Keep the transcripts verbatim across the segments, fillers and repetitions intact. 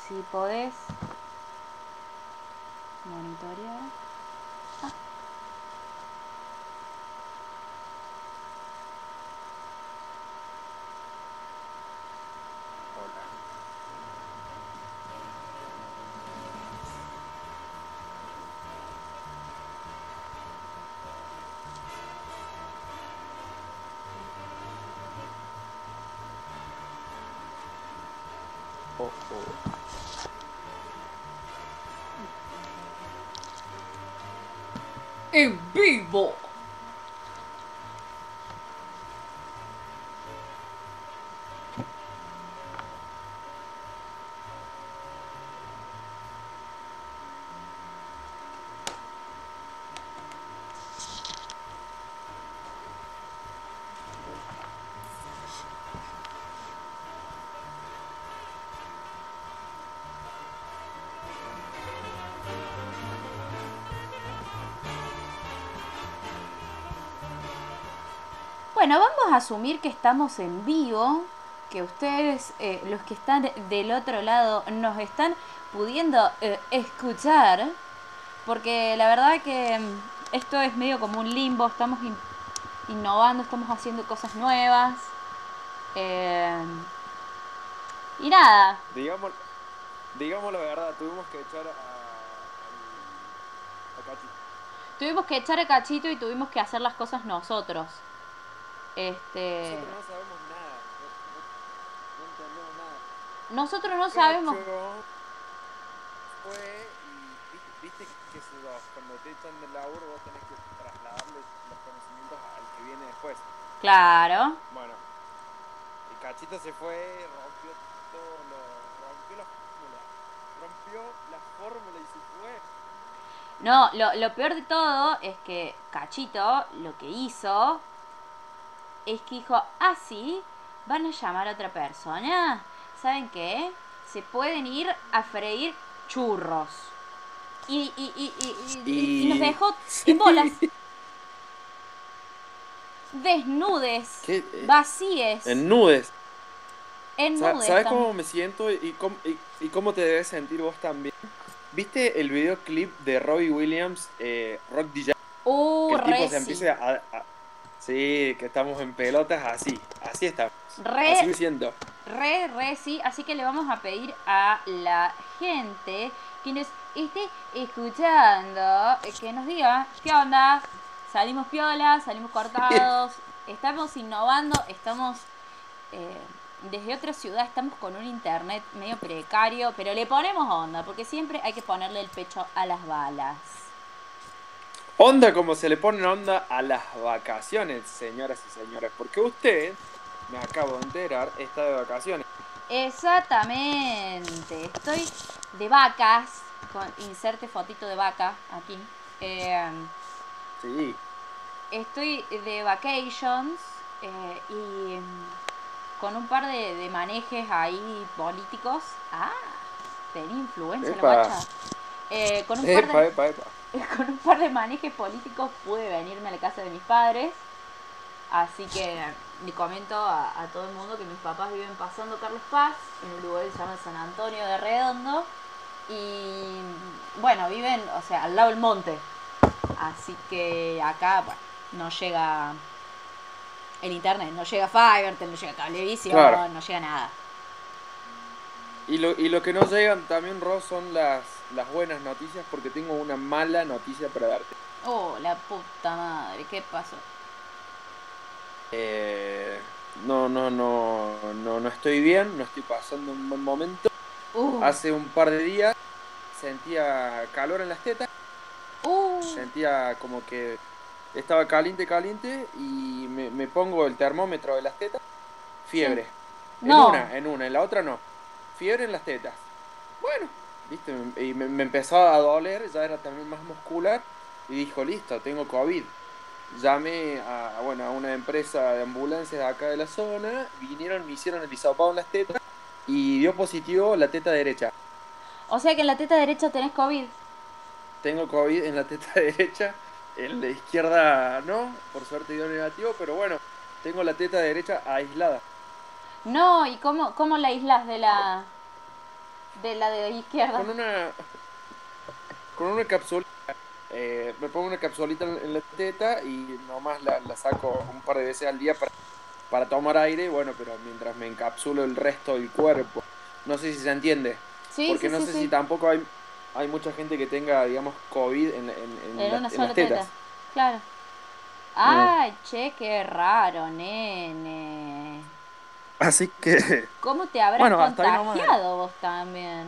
Si podés monitorear. Ah. Oh, oh. En vivo. Bueno, vamos a asumir que estamos en vivo, que ustedes, eh, los que están del otro lado, nos están pudiendo eh, escuchar, porque la verdad que mm, esto es medio como un limbo, estamos in innovando, estamos haciendo cosas nuevas. Eh, y nada. Digamos, digamos la verdad, tuvimos que echar a, a, a Cachito. Tuvimos que echar a Cachito y tuvimos que hacer las cosas nosotros. Este... Nosotros no sabemos nada, no, no, no entendemos nada. Nosotros no Cacho sabemos. fue y viste, viste que se va, cuando te echan del laburo vos tenés que trasladarle los conocimientos al que viene después. Claro. Bueno, y Cachito se fue, rompió todo, lo, rompió la fórmula, rompió la fórmula y se fue. No, lo, lo peor de todo es que Cachito lo que hizo es que dijo, ah, sí, van a llamar a otra persona. ¿Saben qué? Se pueden ir a freír churros. Y, y, y, y, y, y nos dejó en bolas. Desnudes. ¿Qué? Vacíes. En nudes. En Sa- nudes ¿Sabes también. cómo me siento y cómo, y, y cómo te debes sentir vos también? ¿Viste el videoclip de Robbie Williams, eh, Rock D J? Que Uh, el tipo re se sí. empiece a, a- Sí, que estamos en pelotas así, así estamos. Re, Así me siento. Re, re, sí. Así que le vamos a pedir a la gente que nos esté escuchando, eh, que nos diga, ¿qué onda? Salimos piola, salimos cortados, estamos innovando, estamos eh, desde otra ciudad, estamos con un internet medio precario, pero le ponemos onda, porque siempre hay que ponerle el pecho a las balas. Onda como se le pone onda a las vacaciones, señoras y señores. Porque usted, me acabo de enterar, está de vacaciones. Exactamente, estoy de vacas, con inserte fotito de vaca aquí. Eh, Sí. Estoy de vacations eh, y mm, con un par de, de manejes ahí políticos. Ah, tenía influencia la Epa. guacha. Eh, con un par Epa, de epa, epa. con un par de manejes políticos pude venirme a la casa de mis padres. Así que le comento a, a todo el mundo que mis papás viven pasando Carlos Paz, en un lugar que se llama San Antonio de Redondo. Y bueno, viven, o sea, al lado del monte. Así que acá, bueno, no llega el internet, no llega Fivertel, no llega televisión, Claro. no llega nada. Y lo, y lo que no llegan también, Ross, son las, las buenas noticias, porque tengo una mala noticia para darte. Oh, la puta madre, ¿qué pasó? Eh, no, no, no, no, no estoy bien, no estoy pasando un buen momento. Uh, Hace un par de días sentía calor en las tetas, uh, sentía como que estaba caliente, caliente, y me, me pongo el termómetro de las tetas, fiebre. Sí. En No. una, en una, en la otra no. Fiebre en las tetas. Bueno, viste, y me, me empezó a doler, ya era también más muscular, y dijo, listo, tengo COVID. Llamé a, bueno, a una empresa de ambulancias de acá de la zona, vinieron, me hicieron el hisopado en las tetas, y dio positivo la teta derecha. O sea que en la teta derecha tenés COVID. Tengo COVID en la teta derecha, en la izquierda no, por suerte dio negativo, pero bueno, tengo la teta derecha aislada. No, ¿y cómo, cómo la aislas de la...? De la de izquierda. Con una, con una capsulita, eh, me pongo una capsulita en, en la teta y nomás la, la saco un par de veces al día para, para tomar aire, bueno, pero mientras me encapsulo el resto del cuerpo. No sé si se entiende, Sí, porque sí, no sí, sé si sí. tampoco hay, hay mucha gente que tenga, digamos, COVID en, en, en En las, una en las sola teta. tetas. Claro. Eh, Ay, che, qué raro, nene. así que, ¿Cómo te habrás bueno, hasta ahí nomás. contagiado vos también?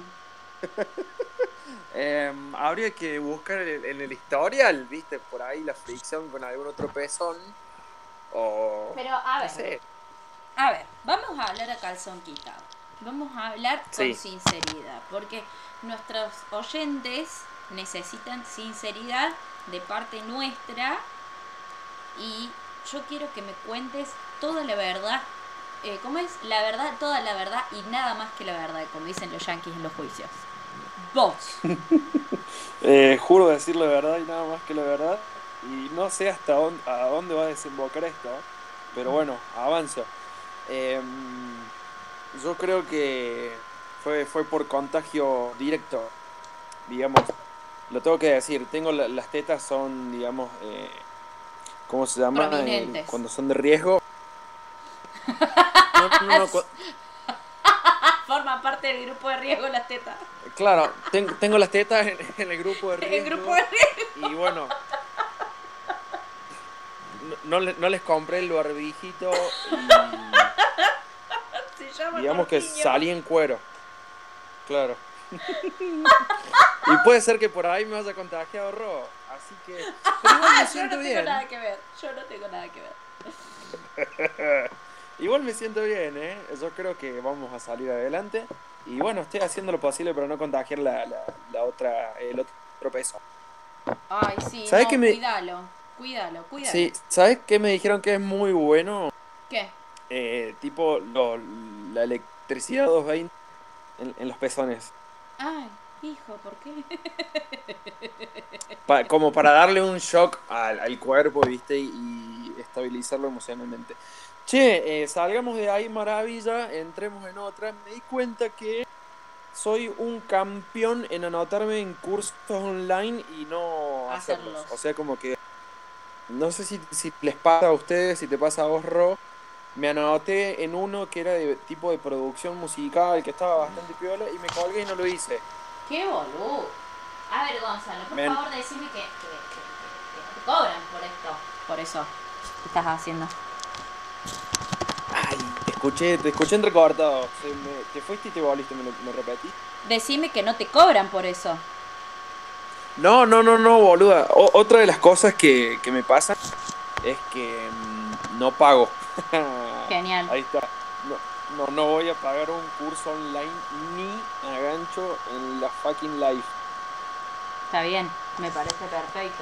Eh, habría que buscar en, en el historial, viste, por ahí la fricción con algún otro pezón. O Pero, a no ver, sé. a ver, vamos a hablar a calzón quitado. Vamos a hablar con Sí. sinceridad, porque nuestros oyentes necesitan sinceridad de parte nuestra y yo quiero que me cuentes toda la verdad. Eh, ¿Cómo es? La verdad, toda la verdad y nada más que la verdad, como dicen los yanquis en los juicios. Vos. Eh, juro decir la verdad y nada más que la verdad. Y no sé hasta dónde, a dónde va a desembocar esto. Pero bueno, avanzo. Eh, yo creo que fue, fue por contagio directo, digamos. Lo tengo que decir. Tengo la- las tetas son, digamos, eh, ¿cómo se llama? Eh, Prominentes. cuando son de riesgo. No, no, no. cu- Forma parte del grupo de riesgo las tetas. Claro, ten- tengo las tetas en, en el grupo de El grupo de riesgo. riesgo Y bueno, no, no le- no les compré el barbijito y se llama digamos que Corpiño. salí en cuero. Claro. Y puede ser que por ahí me haya contagiado Ro. Así que. Pero igual me Ah, yo siento no tengo nada bien. que ver. Yo no tengo nada que ver. Igual me siento bien, ¿eh? Yo creo que vamos a salir adelante. Y bueno, estoy haciendo lo posible para no contagiar la, la, la otra, el otro peso. Ay, sí, ¿Sabes qué no, me. cuídalo. Cuídalo, cuídalo. Sí, ¿sabes qué me dijeron que es muy bueno? ¿Qué? Eh, tipo lo- la electricidad doscientos veinte en, en los pezones. Ay, hijo, ¿por qué? Pa- como para darle un shock al, al cuerpo, ¿viste? Y, y estabilizarlo emocionalmente. Che, eh, salgamos de ahí, maravilla, entremos en otra. Me di cuenta que soy un campeón en anotarme en cursos online y no hacerlos. Hacerlos. O sea, como que no sé si, si les pasa a ustedes, si te pasa a vos, Ro. Me anoté en uno que era de tipo de producción musical, que estaba bastante piola, y me colgué y no lo hice. Qué boludo. A ver, Gonzalo, por Me, favor, decime que, que, que, que no te cobran por esto. Por eso. ¿Qué estás haciendo? Ay, te escuché, te escuché entrecortado. Se me- te fuiste y te volviste, ¿me, lo- me repetí? Decime que no te cobran por eso. No, no, no, no, boluda. O- otra de las cosas que, que me pasa es que mm, no pago. Genial. Ahí está. No, no, no voy a pagar un curso online ni a gancho en la fucking life. Está bien, me parece perfecto.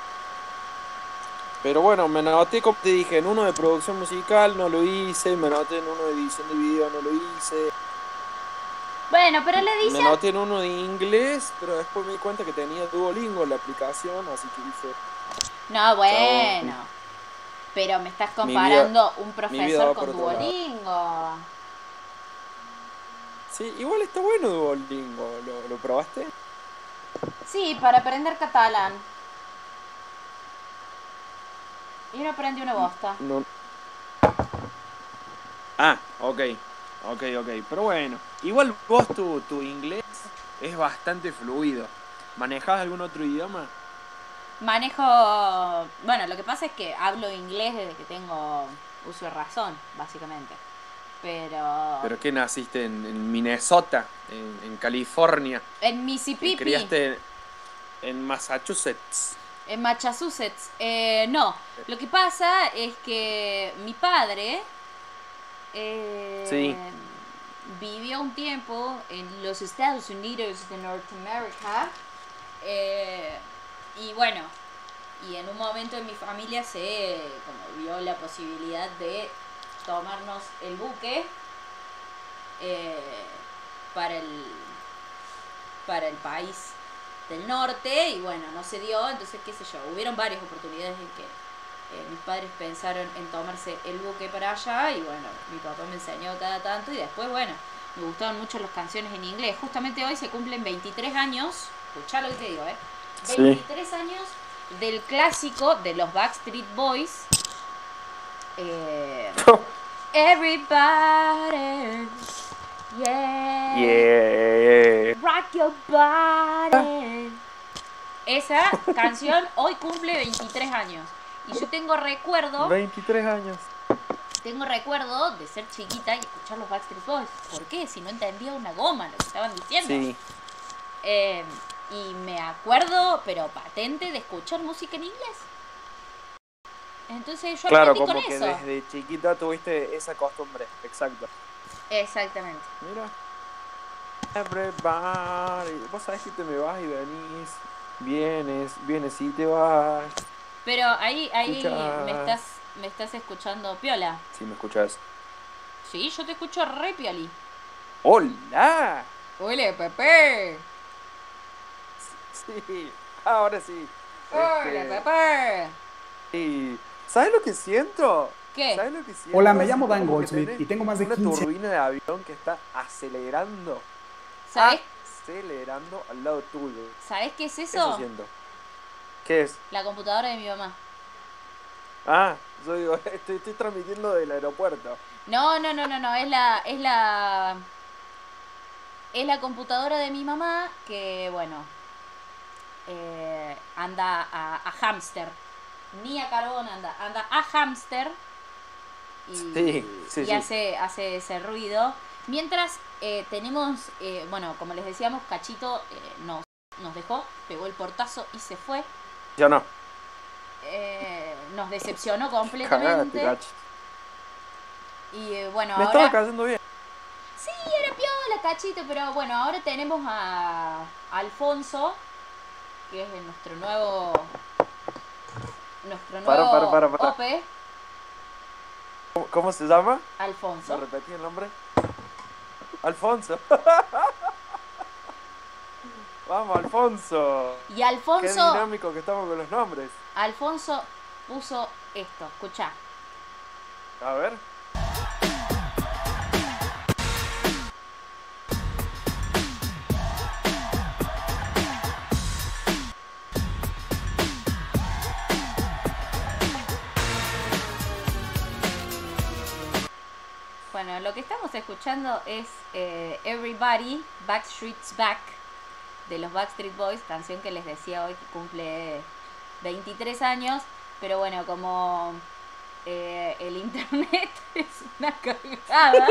Pero bueno, me anoté, como te dije, en uno de producción musical, no lo hice. Me anoté en uno de edición de video, no lo hice. Bueno, pero la Me edición. anoté en uno de inglés, pero después me di cuenta que tenía Duolingo en la aplicación, así que dije, No, chabón, bueno. Pero me estás mi vida, comparando un mi vida profesor va con por otro lado. Duolingo. Sí, igual está bueno Duolingo, ¿lo, lo probaste? Sí, para aprender catalán. Y no aprendí una N- bosta. No. Ah, ok, ok, ok. Pero bueno, igual vos tu, tu inglés es bastante fluido. ¿Manejás algún otro idioma? Manejo. Bueno, lo que pasa es que hablo inglés desde que tengo uso de razón, básicamente. Pero. ¿Pero qué naciste en, en Minnesota, en, en California? En ¿Te Mississippi. criaste en Massachusetts? En Massachusetts. Eh, no. Lo que pasa es que mi padre. Sí, eh, vivió un tiempo en los Estados Unidos de Norteamérica. eh, y bueno, y en un momento en mi familia se como vio la posibilidad de tomarnos el buque eh, para el para el país del norte y bueno, no se dio, entonces qué sé yo, hubieron varias oportunidades en que eh, mis padres pensaron en tomarse el buque para allá y bueno, mi papá me enseñó cada tanto y después bueno, me gustaban mucho las canciones en inglés. Justamente hoy se cumplen veintitrés años, escuchá lo que te digo, ¿eh? veintitrés sí. años del clásico de los Backstreet Boys. Eh, Everybody, yeah, yeah, rock your body. Esa canción hoy cumple veintitrés años. Y yo tengo recuerdo... veintitrés años. Tengo recuerdo de ser chiquita y escuchar los Backstreet Boys. ¿Por qué? Si no entendía una goma lo que estaban diciendo. Sí. Eh, y me acuerdo, pero patente, de escuchar música en inglés. Entonces yo claro, aprendí como con que eso. Desde chiquita tuviste esa costumbre. Exacto. Exactamente. Mira. Everybody. Vos sabés que te me vas y venís. Vienes, vienes y te vas. Pero ahí, ahí Escuchás. me estás, me estás escuchando piola. Sí, me escuchás. Sí, yo te escucho re pioli. ¡Hola! ¡Hola, Pepe! Sí, ahora sí. ¡Hola, Este, Pepe! sí. ¿Sabes lo que siento? ¿Qué? ¿Sabes lo que siento? Hola, me llamo Dan Como que Goldsmith tenés y tengo más de una quince... turbina de avión que está acelerando. ¿Sabes? Acelerando al lado tuyo. ¿Sabes qué es eso? Eso siento. ¿Qué es? La computadora de mi mamá. Ah, yo digo, estoy, estoy transmitiendo del aeropuerto. No, no, no, no, no, es la, es la, es la computadora de mi mamá que, bueno, eh, anda a, a hámster, ni a carbón anda, anda a hámster y, Sí, sí, y sí. hace, hace ese ruido. Mientras eh, tenemos, eh, bueno, como les decíamos, Cachito eh, nos, nos dejó, pegó el portazo y se fue. Yo no. Eh, nos decepcionó Cagate, completamente. Cachi. Y eh, bueno, Me ahora... estaba cayendo bien. Sí, era piola, Cachito, pero bueno, ahora tenemos a, a Alfonso, que es nuestro nuevo nuestro Para, nuevo para, para, para. Ope. ¿Cómo, cómo se llama? ¿Me Alfonso. repetí el nombre? Alfonso. Vamos, Alfonso. Y Qué Alfonso, dinámico que estamos con los nombres. Alfonso puso esto, escuchá. A ver. Bueno, lo que estamos escuchando es eh, Everybody, Backstreet's Back, de los Backstreet Boys, canción que les decía hoy que cumple veintitrés años, pero bueno, como eh, el internet es una cagada,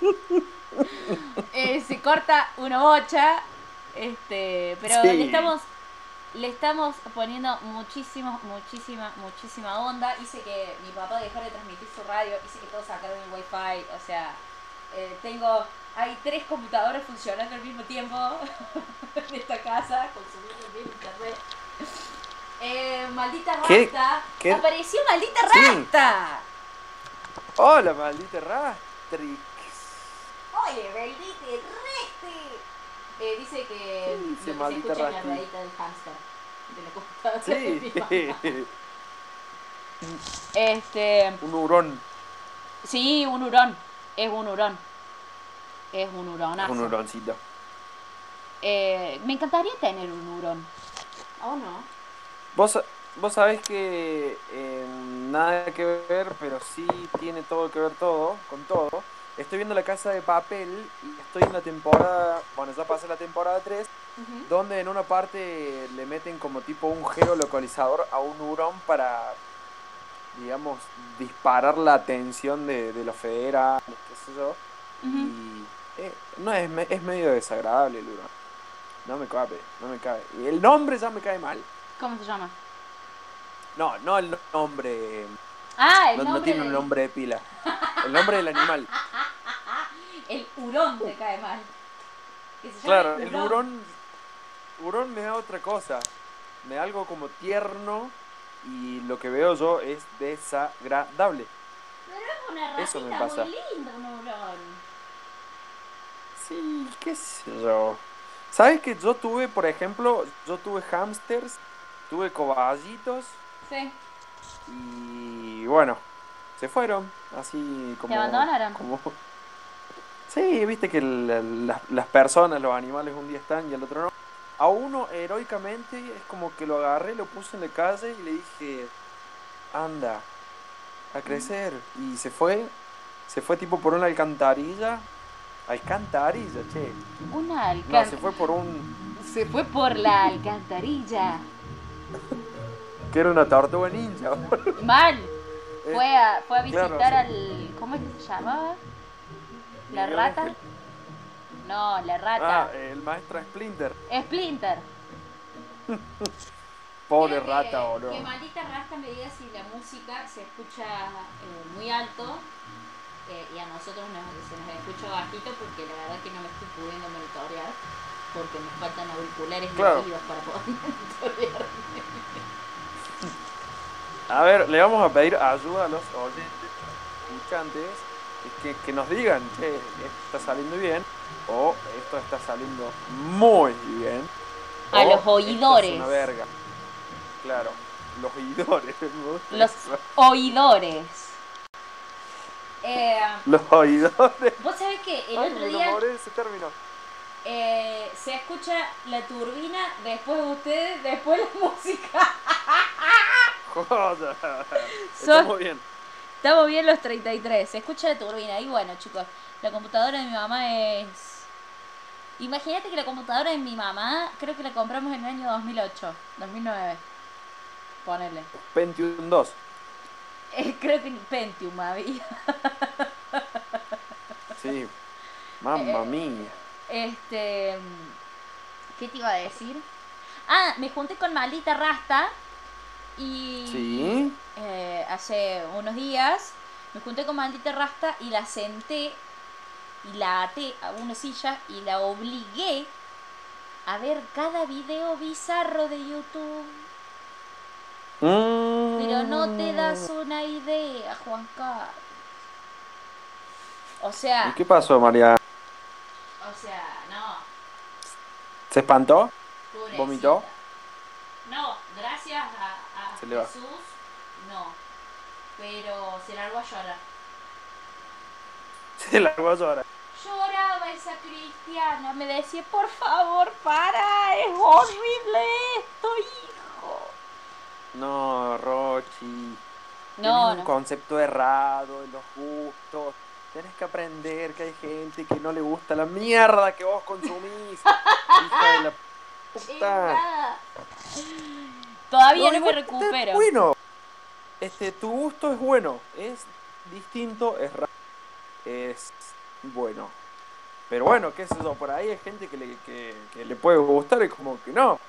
eh, se corta una bocha, este, pero Sí. le estamos le estamos poniendo muchísimo, muchísima, muchísima onda. Hice que mi papá dejara de transmitir su radio, hice que todos sacaran el wifi, o sea, eh, tengo, hay tres computadores funcionando al mismo tiempo en esta casa, consumiendo bien internet. Eh, maldita ¿Qué? rata, ¿Qué? apareció maldita Sí. rata. Hola, maldita Rastrix. Oye, maldita rete. Eh, dice que ¿Qué dice lo que se maldita escucha es la rati? ruedita del hámster de la computadora de mi Sí. mamá. Este, Un hurón. sí, un hurón, es un hurón, es un huronazo. Un huroncito. Eh, me encantaría tener un hurón. ¿O no? Vos, vos sabés que eh, nada que ver, pero sí tiene todo que ver todo, con todo. Estoy viendo La Casa de Papel y estoy en la temporada, bueno, ya pasé la temporada tres, Uh-huh. donde en una parte le meten como tipo un geolocalizador a un hurón para, digamos, disparar la atención de, de los federales, qué sé yo. Uh-huh. Y eh, no es, me- es medio desagradable el hurón. No me cabe, no me cabe. Y el nombre ya me cae mal. ¿Cómo se llama? No, no el nombre. Ah, el No, no nombre tiene un del- nombre de pila. El nombre del animal. El hurón te cae mal. Que se llame Claro, el hurón. Hurón me da otra cosa. Me da algo como tierno. Y lo que veo yo es desagradable. Pero es una Eso me ratita pasa. muy linda, un hurón. Sí, qué sé yo. ¿Sabes que yo tuve, por ejemplo, yo tuve hámsters, tuve cobayitos Sí. y bueno, se fueron así como... abandonaron? como- Sí, viste que la- la- las personas, los animales un día están y el otro no. A uno heroicamente es como que lo agarré, lo puse en la calle y le dije, anda, a crecer. Y se fue, se fue tipo por una alcantarilla. Alcantarilla, che. Una No, alcan... se fue por un, Se fue por la alcantarilla. que era una tortuga ninja. Mal. Eh, Fue a, fue a claro, visitar se- al... ¿Cómo es que se llamaba? ¿La Miguel rata? Ángel. No, la Ah, rata. el maestro Splinter. Splinter. Pobre Quiero rata, que, que boludo. maldita rata me diga si la música se escucha eh, muy alto eh, y a nosotros nos, se nos escucha bajito porque la verdad que no me estoy pudiendo monitorear porque me faltan auriculares Claro. elegidos para poder monitorear. A ver, le vamos a pedir ayuda a los oyentes, escuchantes, que, que nos digan, che, esto está saliendo bien, o esto está saliendo muy bien, A o los esto oidores. es una verga. Claro, los oidores. me gusta Los eso. oidores. Eh, Los oidores. Vos sabés que el Ay, otro me día enamoré de ese término. eh, se escucha la turbina, después ustedes, después la música. Joder. Sos- Estamos bien. Estamos bien los treinta y tres. Se escucha la turbina. Y bueno, chicos, la computadora de mi mamá es... Imagínate que la computadora de mi mamá, creo que la compramos en el año dos mil ocho, dos mil nueve. Ponele. Pentium dos. Eh, creo que ni Pentium había. Sí. Mamma Eh, mía. Este... ¿Qué te iba a decir? Ah, me junté con Maldita Rasta y... Sí. eh, hace unos días me junté con Maldita Rasta y la senté y la até a una silla y la obligué a ver cada video bizarro de YouTube. Mm. Pero no te das una idea, Juan Carlos. O ¿Y sea, qué pasó, María? o sea, no, ¿Se espantó? pobrecita. ¿Vomitó? No, gracias a, a Se le va. Jesús, no. Pero se largó a llorar. Se largó a llorar. Lloraba esa cristiana, me decía, por favor, para, es horrible esto, hijo. No, Rochi. No, Tienes un no. concepto errado de los gustos. Tenés que aprender que hay gente que no le gusta la mierda que vos consumís. Hija de la puta. Chingada. Todavía no, me igual está recupero. bueno. Este, tu gusto es bueno. Es distinto, es raro. Es bueno. Pero bueno, qué sé yo, por ahí hay gente que le, que, que le puede gustar y como que no.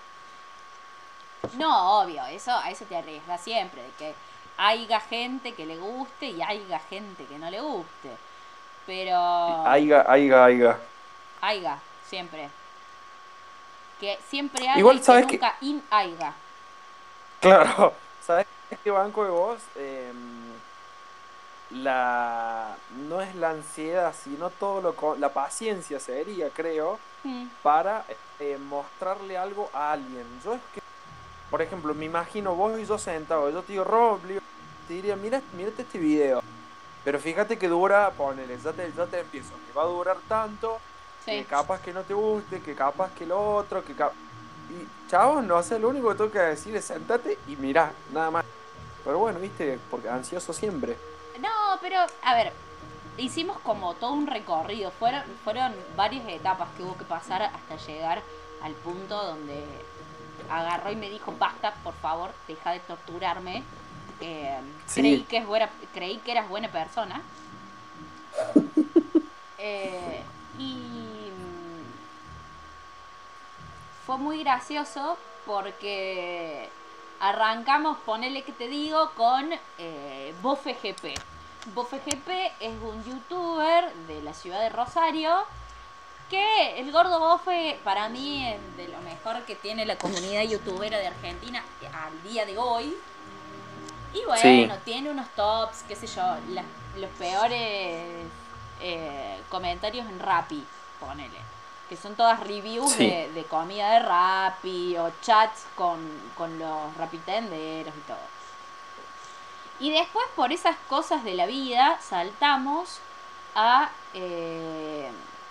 No, obvio, eso, a eso te arriesgas siempre, de que haya gente que le guste y haya gente que no le guste. Pero... Aiga, aiga, aiga. Haiga, siempre. Que siempre haya Igual y que sabes que... nunca in haiga. Claro, ¿sabes qué banco de vos? Eh, la no es la ansiedad, sino todo lo co- la paciencia sería, creo, Mm. para eh, mostrarle algo a alguien. Yo es que, por ejemplo, me imagino vos y yo sentados, yo te digo, Rob, le digo- te diría, mira, mírate este video. Pero fíjate que dura, ponele, ya te, ya te empiezo, que va a durar tanto, Sí. que capaz que no te guste, que capaz que lo otro, que capaz... Y chavos, no sé, lo único que tengo que decir es sentate y mirá, nada más. Pero bueno, viste, porque ansioso siempre. No, pero, a ver, hicimos como todo un recorrido. Fueron, fueron varias etapas que hubo que pasar hasta llegar al punto donde agarró y me dijo, basta, por favor, deja de torturarme. Eh, Sí. creí, que es buena, creí que eras buena persona. Eh, y mm, fue muy gracioso porque arrancamos, ponele que te digo, con eh, Bofe G P. Bofe G P es un youtuber de la ciudad de Rosario que el gordo Bofe para mí es de lo mejor que tiene la comunidad youtubera de Argentina al día de hoy. Y bueno, Sí. tiene unos tops, qué sé yo, la- los peores eh, comentarios en Rappi, ponele. Que son todas reviews Sí. de, de comida de Rappi o chats con, con los rapitenderos y todo. Y después, por esas cosas de la vida, saltamos a eh,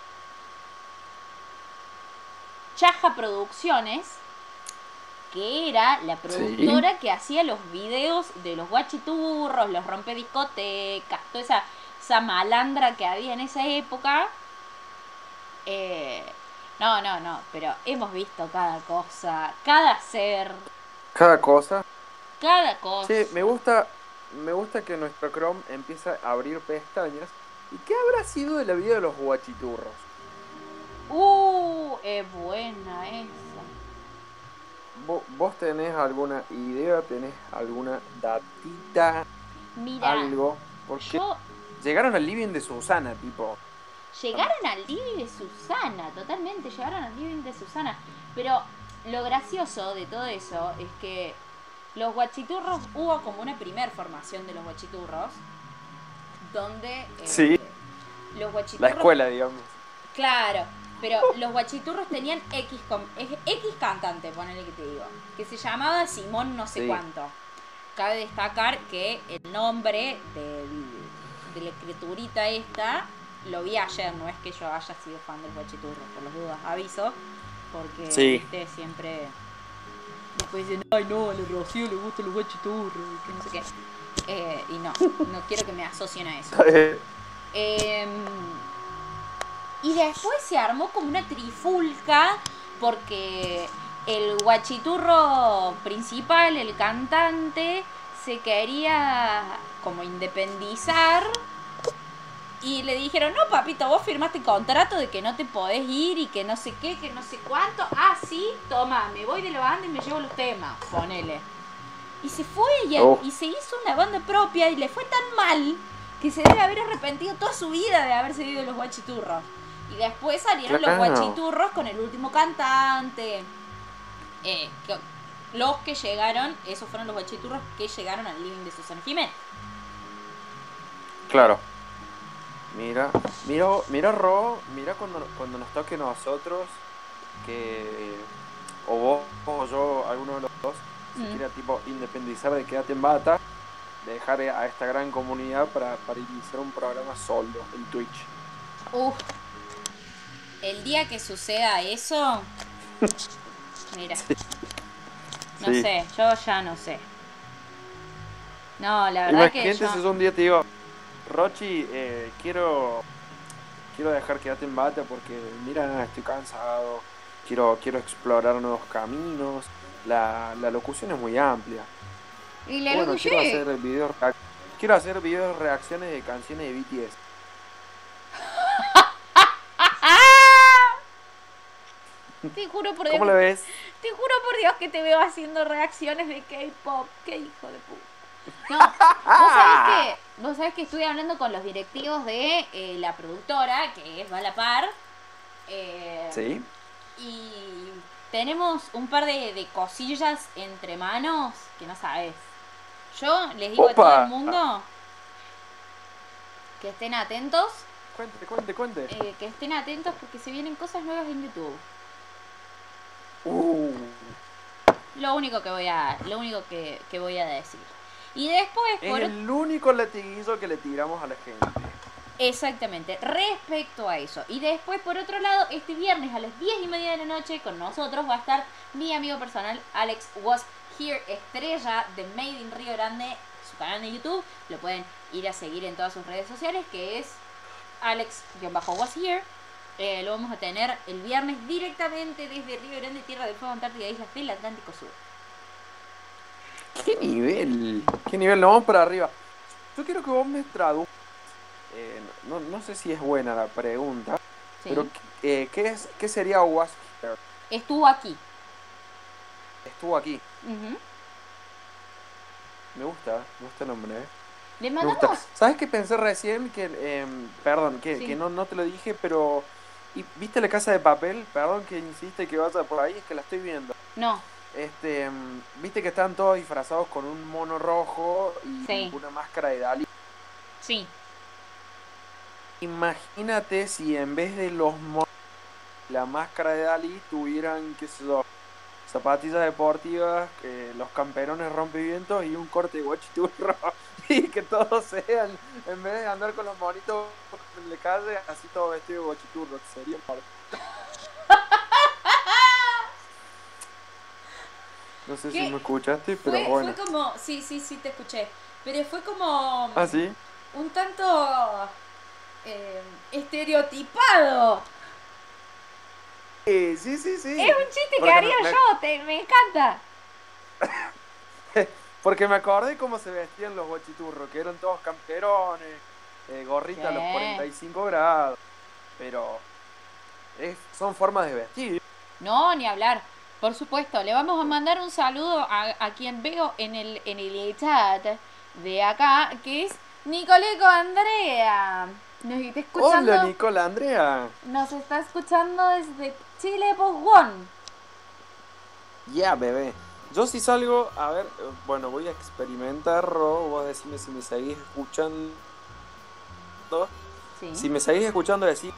Chaja Producciones, que era la productora sí. que hacía los videos de los guachiturros, los rompediscotecas, toda esa, esa malandra que había en esa época. Eh, no, no, no, pero hemos visto cada cosa, cada ser. Cada cosa. Cada cosa. Sí, me gusta, me gusta que nuestro Chrome empieza a abrir pestañas. ¿Y qué habrá sido de la vida de los guachiturros? Uh, es buena esa. ¿Vos, vos tenés alguna idea? ¿Tenés alguna datita? Mira, algo. Porque yo... llegaron al living de Susana, tipo. Llegaron al living de Susana, totalmente, llegaron al living de Susana. Pero lo gracioso de todo eso es que los guachiturros, hubo como una primer formación de los guachiturros, donde eh, sí. los guachiturros... La escuela, digamos. Claro, pero los guachiturros tenían X, X cantante, ponele que te digo, que se llamaba Simón no sé sí. cuánto. Cabe destacar que el nombre del, de la escriturita esta lo vi ayer, no es que yo haya sido fan del guachiturro, por las dudas, aviso, porque sí. viste, siempre después dicen, ay no, a la Rocío le gustan los guachiturros, que no sé qué. Eh, y no, no quiero que me asocien a eso. eh, y después se armó como una trifulca, porque el guachiturro principal, el cantante, se quería como independizar. Y le dijeron, no papito, vos firmaste contrato de que no te podés ir y que no sé qué, que no sé cuánto. Ah, sí, toma, me voy de la banda y me llevo los temas, ponele. Y se fue y, oh. y se hizo una banda propia y le fue tan mal que se debe haber arrepentido toda su vida de haberse ido de los guachiturros. Y después salieron claro. los guachiturros con el último cantante. Eh, que, los que llegaron, esos fueron los guachiturros que llegaron al living de Susana Jiménez. Claro. Mira, mira, mira Ro, mira cuando, cuando nos toque a nosotros, que o vos o yo, alguno de los dos, mm. se quiera tipo independizar de Quédate en Bata, de dejar a esta gran comunidad para, para iniciar un programa solo en Twitch. Uf, el día que suceda eso, mira, sí. no sí. sé, yo ya no sé. No, la verdad Imagínate que yo... si un día te digo, Rochi, eh, quiero quiero dejar Quédate en Bata porque, mira, estoy cansado, quiero quiero explorar nuevos caminos, la, la locución es muy amplia. ¿Y la bueno, locución? quiero hacer videos, quiero hacer videos reacciones de canciones de B T S. Te juro por Dios. ¿Cómo lo ves? Te juro por Dios que te veo haciendo reacciones de K-pop. Qué hijo de puta. No, vos sabés que, vos sabés que estuve hablando con los directivos de eh, la productora, que es Balapar. Eh, sí. Y tenemos un par de, de cosillas entre manos que no sabés. Yo les digo Opa. a todo el mundo que estén atentos. Cuente, cuente, cuente. Eh, que estén atentos porque se vienen cosas nuevas en YouTube. Uh. Lo único que voy a, lo único que, que voy a decir. Y después por... es el único latiguillo que le tiramos a la gente. Exactamente, respecto a eso. Y después, por otro lado, este viernes a las diez y media de la noche con nosotros va a estar mi amigo personal Alex Was Here, estrella de Made in Río Grande, su canal de YouTube. Lo pueden ir a seguir en todas sus redes sociales, que es Alex-Was Here. Eh, lo vamos a tener el viernes directamente desde Río Grande, Tierra del Fuego, Antártida, Islas del Atlántico Sur. ¿Qué nivel? ¿Qué nivel? Nos vamos para arriba. Yo quiero que vos me traduzcas. Eh, no, no sé si es buena la pregunta, sí. pero eh, ¿qué, es, ¿qué sería Was Here? Estuvo aquí. Estuvo aquí. Uh-huh. Me gusta, me gusta el nombre. ¿eh? ¿Le mandamos? ¿Sabes qué pensé recién? Que, eh, perdón, que, sí. que no, no te lo dije, pero... ¿Y ¿viste La Casa de Papel? Perdón que insiste que vaya por ahí, es que la estoy viendo. No. Este, ¿viste que están todos disfrazados con un mono rojo y sí. una máscara de Dalí? Sí. Imagínate si en vez de los monos, la máscara de Dalí tuvieran, qué sé yo, zapatillas deportivas, eh, los camperones rompevientos y un corte de guachiturro. Y que todos sean, en vez de andar con los monitos en la calle, así todo vestido de guachiturro, que sería mal. No sé ¿Qué? si me escuchaste, pero Fue, bueno. fue como, sí, sí, sí te escuché, pero fue como ¿Ah, sí? un tanto eh, estereotipado. Sí, sí, sí, Es sí. un chiste que Porque haría me, me- yo, te, me encanta. porque me acordé cómo se vestían los guachiturros, que eran todos camperones, eh, gorrita a los Sí. cuarenta y cinco grados. Pero es, son formas de vestir. No, ni hablar. Por supuesto, le vamos a mandar un saludo a, a quien veo en el, en el chat de acá, que es Nicoleco Andrea. Nos está Hola, escuchando, Nicola Andrea. nos está escuchando desde Chile, Postguón. Ya, bebé. Yo si salgo, a ver, eh, bueno, voy a experimentar, Ro, vos decime si me seguís escuchando. Si Sí. me seguís escuchando, decís,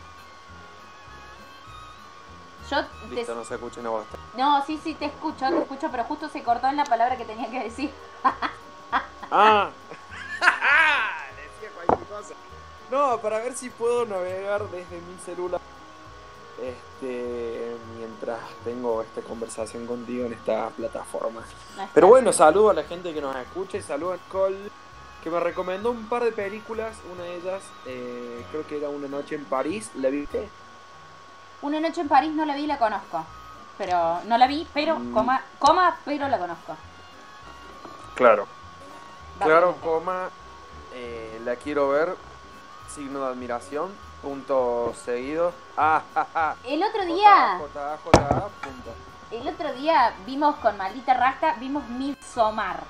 Yo te... listo, no se escucha una voz. No, sí, sí, te escucho, te escucho, pero justo se cortó en la palabra que tenía que decir. Ah, decía cualquier cosa. No, para ver si puedo navegar desde mi celular. Este, mientras tengo esta conversación contigo en esta plataforma. No está. Pero bueno, saludo a la gente que nos escucha y saludo a Nicole, que me recomendó un par de películas. Una de ellas, eh, creo que era Una noche en París. ¿La viste? Una noche en París no la vi, la conozco. Pero, no la vi, pero, Mm. coma, coma, pero la conozco. Claro. Claro, Básicamente. coma, eh, la quiero ver, signo de admiración, punto seguido. Ah, ja, ja. El otro día, J, J, J, J, punto. el otro día vimos con Maldita Rasta, vimos Midsommar.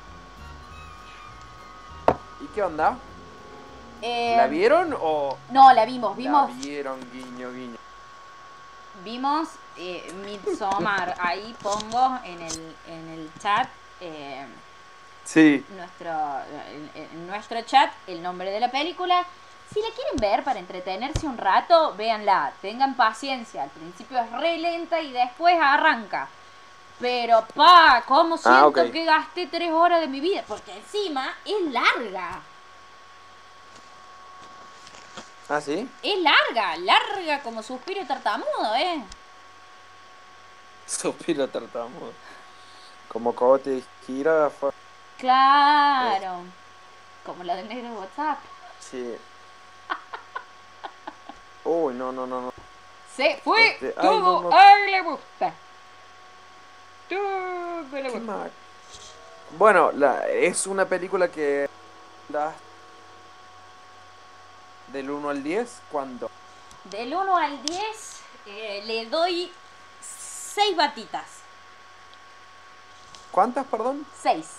¿Y qué onda? Eh, ¿La vieron o No, la vimos, vimos, la vieron, guiño, guiño? vimos eh, Midsommar. Ahí pongo en el, en el chat, eh, Sí. nuestro, en, en nuestro chat, el nombre de la película. Si la quieren ver para entretenerse un rato, véanla. Tengan paciencia. Al principio es re lenta y después arranca. Pero, pa, ¿cómo siento Ah, ok. que gasté tres horas de mi vida? Porque encima es larga. ¿Ah, sí? Es larga, larga como suspiro tartamudo, ¿eh? Suspiro tartamudo. Como cogote de jirafa. Claro. Como la del negro de WhatsApp. Sí. Uy, no, no, no, no. Se fue Este, ay, todo no, no. a la bosta. Todo a la Qué bosta. mal. Bueno, la, es una película que da del uno al diez, ¿cuánto? Del uno al diez eh, le doy seis batitas. ¿Cuántas, perdón? seis.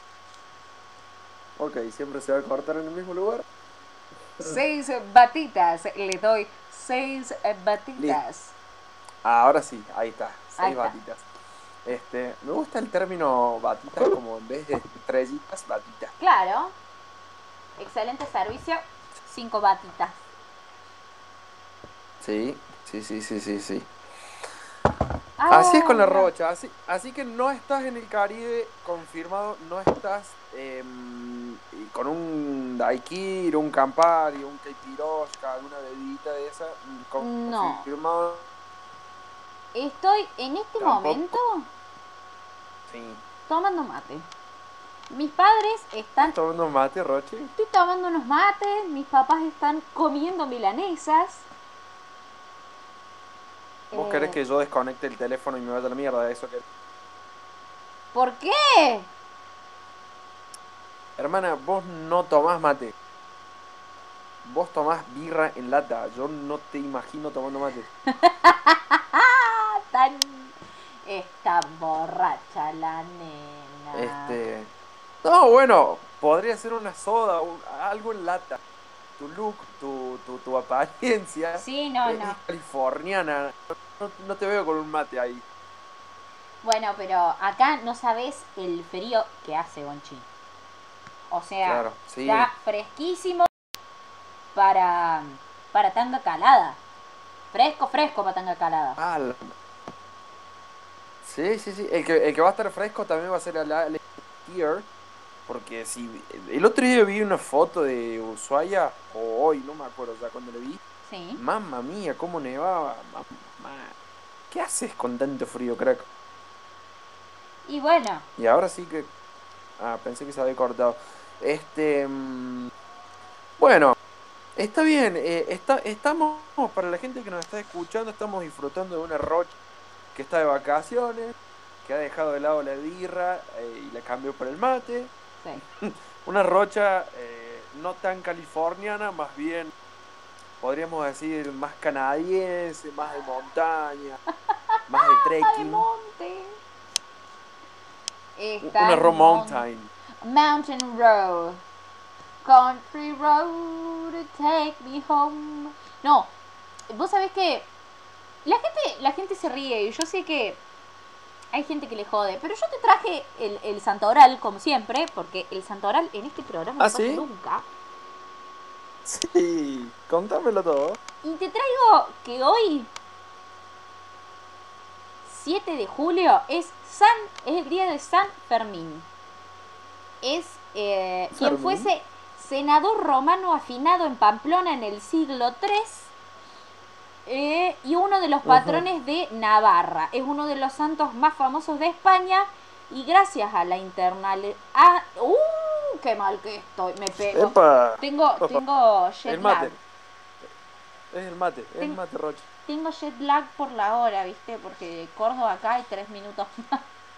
Ok, siempre se va a cortar en el mismo lugar. seis batitas. Le doy seis batitas. Ahora sí, ahí está, Ahí seis está. batitas. Este, me gusta el término batitas como en vez de estrellitas, batitas. Claro. Excelente servicio. cinco batitas. Sí, sí, sí, sí, sí, sí. Ah, Así es con la no. Rocha, así, así que no estás en el Caribe confirmado, no estás eh, con un daiquiri, un campari, un caipirosca, alguna bebidita de esa, con- No. confirmado. Estoy en este Tampoco. momento Sí. tomando mate. Mis padres están... ¿Estás tomando mate, Roche? Estoy tomando unos mates, mis papás están comiendo milanesas. ¿Vos Eh, querés que yo desconecte el teléfono y me vaya a la mierda? Eso que... ¿Por qué? Hermana, vos no tomás mate. Vos tomás birra en lata. Yo no te imagino tomando mate. Ah, tan... Está borracha la nena. Este... No, bueno, podría ser una soda, un- algo en lata. Tu look, tu, tu, tu apariencia Sí, no, es, no. es californiana. No, no te veo con un mate ahí. Bueno, pero acá no sabes el frío que hace, Bonchi. O sea, Claro, sí. está fresquísimo para, para tanga calada. Fresco, fresco para tanga calada. Ah, la- Sí, sí, sí. El que, el que va a estar fresco también va a ser el Alex Tier. Porque si el otro día vi una foto de Ushuaia, o hoy, no me acuerdo ya cuando le vi. Sí. Mamma mía, cómo nevaba. Mamá. ¿Qué haces con tanto frío, crack? Y bueno, Y ahora sí que. Ah, pensé que se había cortado. Este. mm, bueno, está bien. eh, está, estamos, para la gente que nos está escuchando, estamos disfrutando de una Rocha que está de vacaciones, que ha dejado de lado la birra eh, y la cambió por el mate. sí. Una Rocha eh, no tan californiana, más bien podríamos decir más canadiense, más de montaña, más de Está de trekking. monte. U- Está Una en Road mon Mountain. Mountain Road. Country road, take me home. No, vos sabés que la gente, la gente se ríe y yo sé que hay gente que le jode, pero yo te traje el, el santoral como siempre, porque el santoral en este programa ¿Ah, no falla sí? nunca. Sí, contámelo todo. Y te traigo que hoy, siete de julio, es San, es el día de San Fermín. Es eh, quien Fermín. fuese senador romano afinado en Pamplona en el siglo tercero. Eh, y uno de los patrones uh-huh. de Navarra. Es uno de los santos más famosos de España. Y gracias a la internal... Ah, ¡Uh! ¡Qué mal que estoy! Me pego. Epa. Tengo, tengo jet el mate. lag. Es el mate, es Ten, el mate, Rocha. Tengo jet lag por la hora, ¿viste? Porque Córdoba acá hay tres minutos más.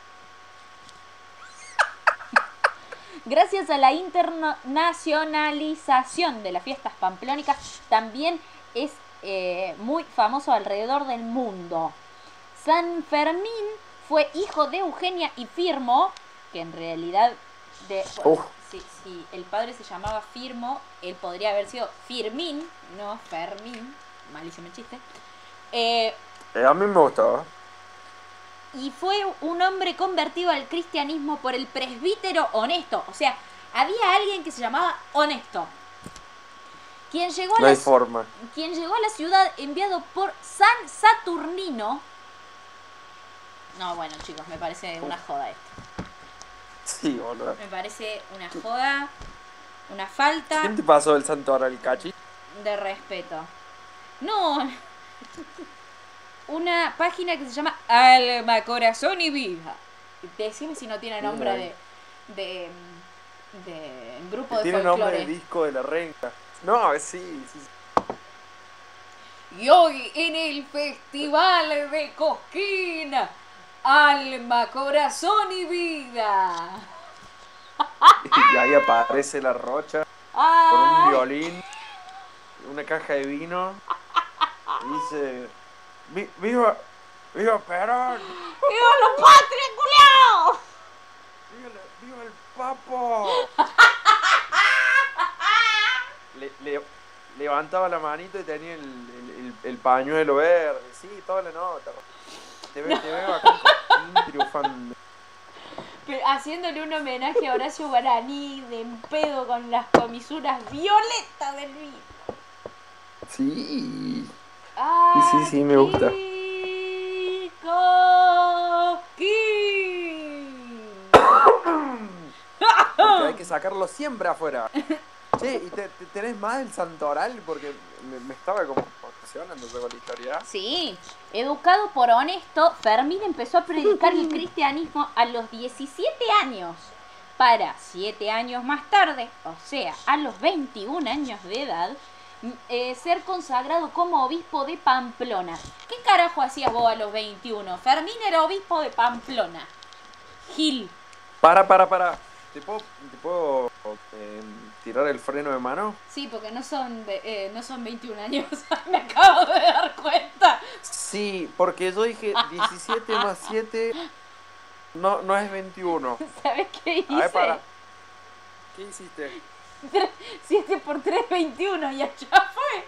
Gracias a la internacionalización de las fiestas pamplónicas, también es eh, muy famoso alrededor del mundo. San Fermín fue hijo de Eugenia y Firmo, que en realidad, de, bueno, si, si el padre se llamaba Firmo, él podría haber sido Firmín, no Fermín, malísimo el chiste. Eh, eh, a mí me gustaba. Y fue un hombre convertido al cristianismo por el presbítero Honesto. O sea, había alguien que se llamaba Honesto. Quien llegó a, no la, hay forma. Quien llegó a la ciudad enviado por San Saturnino. No, bueno, chicos, me parece una joda esto. Sí, boludo. Me parece una joda, una falta... ¿Quién te pasó el santuario al cachi? De respeto. No... Una página que se llama Alma, Corazón y Vida. Decime si no tiene nombre de, de, de grupo de tiene folclore. Nombre de disco de la renca. No, sí, sí. Y hoy en el Festival de Cosquín, Alma, Corazón y Vida. Y ahí aparece la Rocha Ay. Con un violín, una caja de vino. Y dice... ¡Viva! ¡Viva Perón! ¡Viva los patrios, culiao! ¡Viva, ¡Viva el Papo! le, le, levantaba la manito y tenía el, el, el pañuelo verde. Sí, toda la nota. Te, ve, te veo acá con triunfando. Haciéndole un homenaje a Horacio Guaraní de en pedo con las comisuras violetas del vino. Sí. ¡Ay, sí, sí, sí, me gusta! Porque hay que sacarlo siempre afuera. Che, ¿y te, te tenés más del santoral? Porque me, me estaba como emocionando con la historia. Sí, educado por Honesto, Fermín empezó a predicar el cristianismo a los diecisiete años. Para siete años más tarde, o sea, a los veintiún años de edad, eh, ser consagrado como obispo de Pamplona. ¿Qué carajo hacías vos a los veintiuno? Fermín era obispo de Pamplona. Gil. Para, para, para. ¿Te puedo, te puedo eh, tirar el freno de mano? Sí, porque no son, de, eh, no son veintiún años. Me acabo de dar cuenta. Sí, porque yo dije diecisiete más siete no, no es veintiuno. ¿Sabes qué hice? A ver, para. ¿Qué hiciste? siete por tres, veintiuno y allá fue.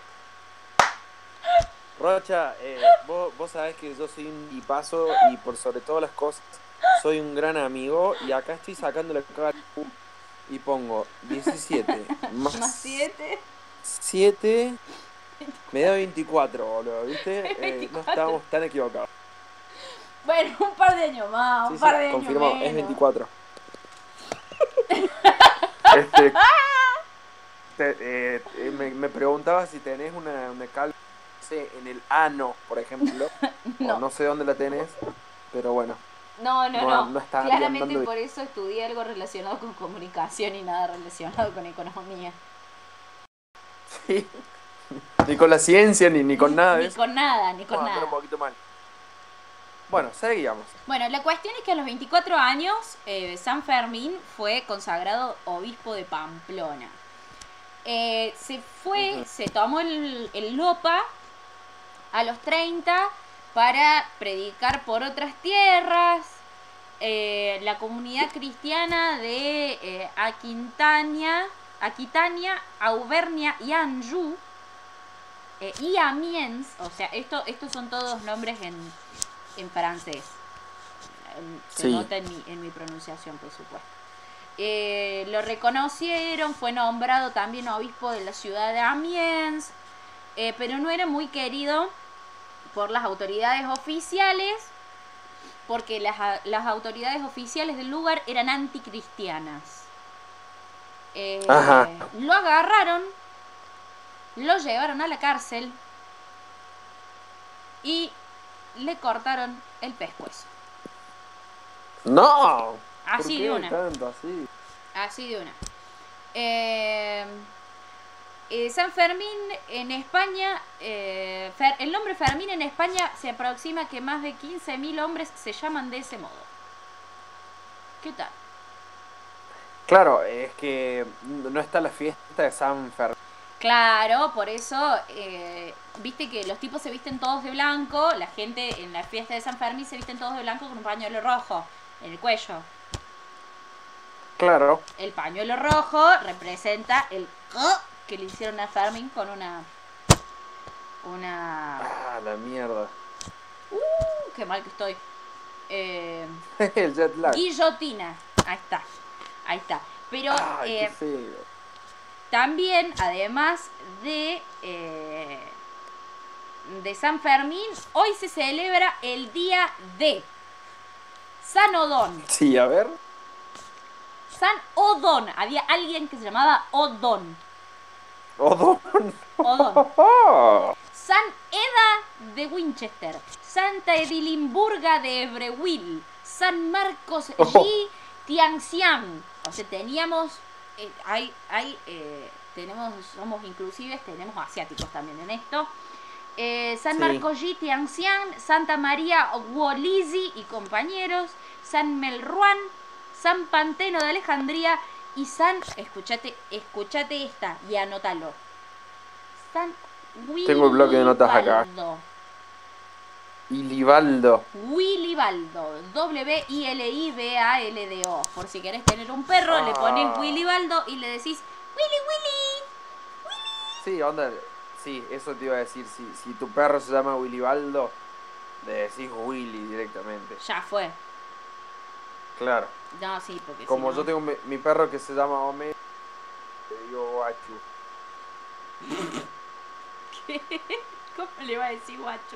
Rocha, eh, vos, vos sabés que yo soy un tipazo y por sobre todas las cosas soy un gran amigo y acá estoy sacando la cara y pongo diecisiete más, más siete. siete me da veinticuatro, boludo, ¿viste? Eh, no estábamos tan equivocados. Bueno, un par de años más, un Sí, par sí, de años confirmado, menos. es veinticuatro. este, te- eh, eh, me, me preguntaba si tenés una, una calva, no sé, en el ano, por ejemplo, o No, no sé dónde la tenés, pero bueno, no, no, no, no. no estaría Claramente andando bien. por eso estudié algo relacionado con comunicación y nada relacionado con economía. Sí, ni con la ciencia, ni, ni con nada de Ni eso. con nada, ni con Vamos a andar un nada. poquito mal. Bueno, seguíamos. Bueno, la cuestión es que a los veinticuatro años eh, San Fermín fue consagrado obispo de Pamplona. Eh, se fue, Ujú. se tomó el, el Lopa a los treinta para predicar por otras tierras. Eh, la comunidad cristiana de eh, Aquitania, Aquitania, Auvernia y Anjou eh, y Amiens, o sea, esto, estos son todos nombres en, en francés. Se Sí. nota en mi, en mi pronunciación, por supuesto. Eh, lo reconocieron, fue nombrado también obispo de la ciudad de Amiens, eh, pero no era muy querido por las autoridades oficiales, porque las, las autoridades oficiales del lugar eran anticristianas. Ajá. Eh, lo agarraron, lo llevaron a la cárcel y le cortaron el pescuezo. No. ¿Por Así de qué una. tanto así? Así de una. Eh, eh, San Fermín en España, eh, Fer, el nombre Fermín en España se aproxima que más de quince mil hombres se llaman de ese modo. ¿Qué tal? Claro, es que no está la fiesta de San Fermín. Claro, por eso, eh, viste que los tipos se visten todos de blanco, la gente en la fiesta de San Fermín se visten todos de blanco con un pañuelo rojo en el cuello. Claro. El pañuelo rojo representa el que le hicieron a Fermín con una... Una... Ah, la mierda. Uh, qué mal que estoy. Eh, El jet lag. guillotina. Ahí está. Ahí está. Pero Ay, eh, qué feo. también, además de... Eh, de San Fermín, hoy se celebra el día de San Odón. Sí, a ver. San Odón. Había alguien que se llamaba Odón. Odón. Odón. San Eda de Winchester. Santa Edilimburga de Ebreuil. San Marcos Oh. G. Tianxian. O sea, teníamos... Eh, hay, hay, eh, tenemos, somos inclusives, tenemos asiáticos también en esto. Eh, San Sí. Marcos G. Tianxian, Santa María Wolisi y compañeros, San Melruan, San Panteno de Alejandría y San, escúchate, escúchate esta y anótalo. San Wilibaldo. Tengo el bloque de notas acá. Ilibaldo. Wilibaldo, W I L I B A L D O. Por si querés tener un perro, Ah. le pones Wilibaldo y le decís Willy Willy. Sí, onda. Sí, eso te iba a decir. Si, si tu perro se llama Willybaldo, le decís Willy directamente. Ya fue. Claro. No, sí, porque Como si yo no... tengo mi, mi perro que se llama Ome, le digo Guachu. ¿Cómo le va a decir guacho?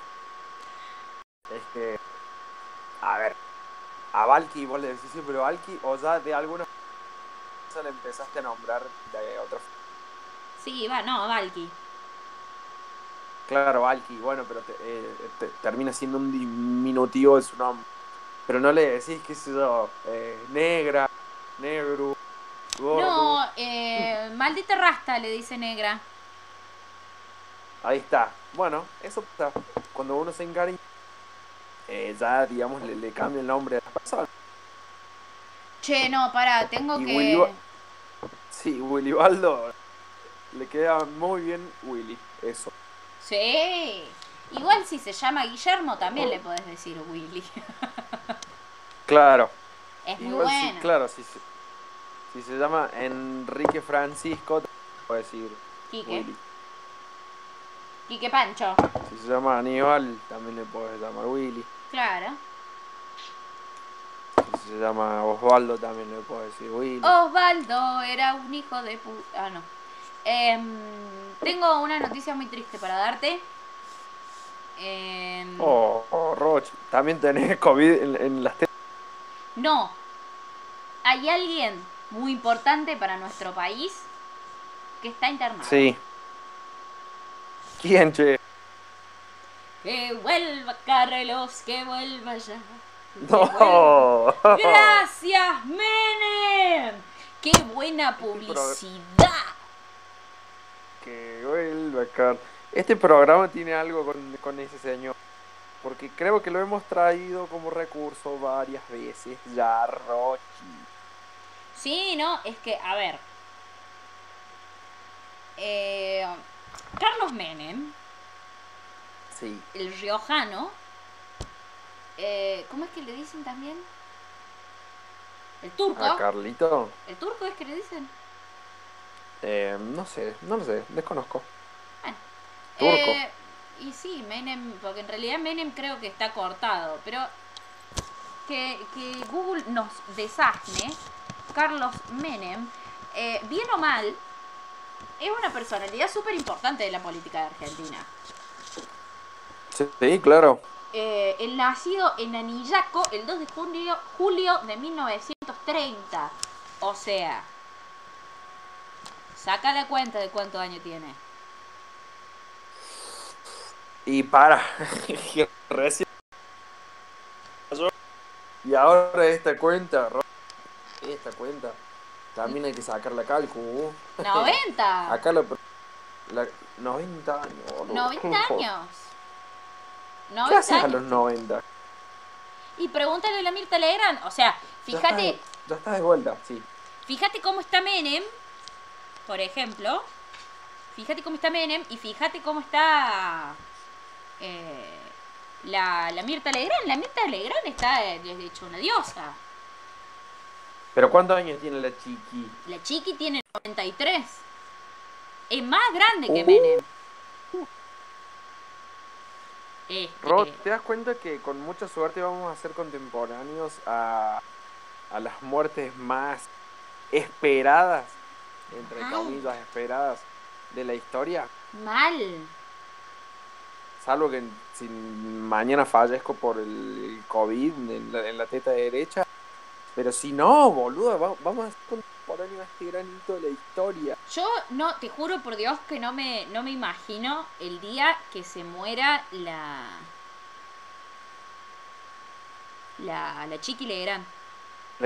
Es que, a ver, a Valky vos le decís, sí, pero Valky, o ya de alguna forma le empezaste a nombrar de otra forma. Sí, va, no, Valky. Claro, Valky, bueno, pero te, eh, te- termina siendo un diminutivo de su nombre. Pero no le decís, qué sé yo, eh, negra, negro, gordo. No, eh, maldita rasta, le dice negra. Ahí está. Bueno, eso pasa. Cuando uno se encariña, eh, ya, digamos, le, le cambia el nombre a la persona. Che, no, pará, tengo Y que... Willy Ba- Sí, Willybaldo le queda muy bien Willy, eso. Sí. Igual si se llama Guillermo también le podés decir Willy. Claro. Es muy Igual sí, bueno. claro, si se, si se llama Enrique Francisco, puede decir Quique. Willy. Quique Pancho. Si se llama Aníbal, también le puedes llamar Willy. Claro. Si se llama Osvaldo, también le puedes decir Willy. Osvaldo era un hijo de pu... Ah, no. Em, tengo una noticia muy triste para darte. Em, Oh, oh, Roch, También tenés COVID en, en las tetas. No. Hay alguien muy importante para nuestro país que está internado. Sí. ¿Quién, che? Que vuelva Carlos, que vuelva ya. Que No. vuelva. Gracias, Menem. Qué buena publicidad. Que vuelva, Carlos. Este programa tiene algo con, con ese señor. Porque creo que lo hemos traído como recurso varias veces ya, Rochi. Sí, no, es que, a ver. Eh, Carlos Menem, Sí. el riojano, eh, ¿cómo es que le dicen también? El turco. ¿A Carlito? ¿El turco es que le dicen? Eh, no sé, no lo sé, desconozco. Bueno. Turco. Eh, y sí, Menem, porque en realidad Menem creo que está cortado, pero que, que Google nos desasne, Carlos Menem, eh, bien o mal, es una personalidad súper importante de la política de Argentina. Sí, claro. Eh, el nacido en Anillaco el dos de julio, julio de mil novecientos treinta. O sea, saca la cuenta de cuántos años tiene. Y para. Recién. Y ahora esta cuenta, Ro- esta cuenta, también hay que sacar acá el cubo. noventa. Acá lo. La, noventa años. boludo. noventa años. ¿Qué noventa haces a años. los noventa? Y pregúntale a la Mirta Legrand. O sea, Ya estás, fíjate, de, ya estás de vuelta, sí. fíjate cómo está Menem, por ejemplo. Fíjate cómo está Menem y fíjate cómo está eh, la, la Mirta Legrand. La Mirta Legrand está eh, de hecho una diosa. Pero ¿cuántos años tiene la chiqui? La chiqui tiene noventa y tres. Es más grande que Uh. Menem. Este, Ro, ¿te das cuenta que con mucha suerte vamos a ser contemporáneos a, a las muertes más esperadas, entre Ay. comillas, esperadas de la historia? mal. Salvo que si mañana fallezco por el COVID en la, en la teta derecha. Pero si no, boludo, va- vamos a ser contemporáneos a este gran hito de la historia. Yo no, te juro por Dios que no me, no me imagino el día que se muera la. La, la Chiqui Legrand. La,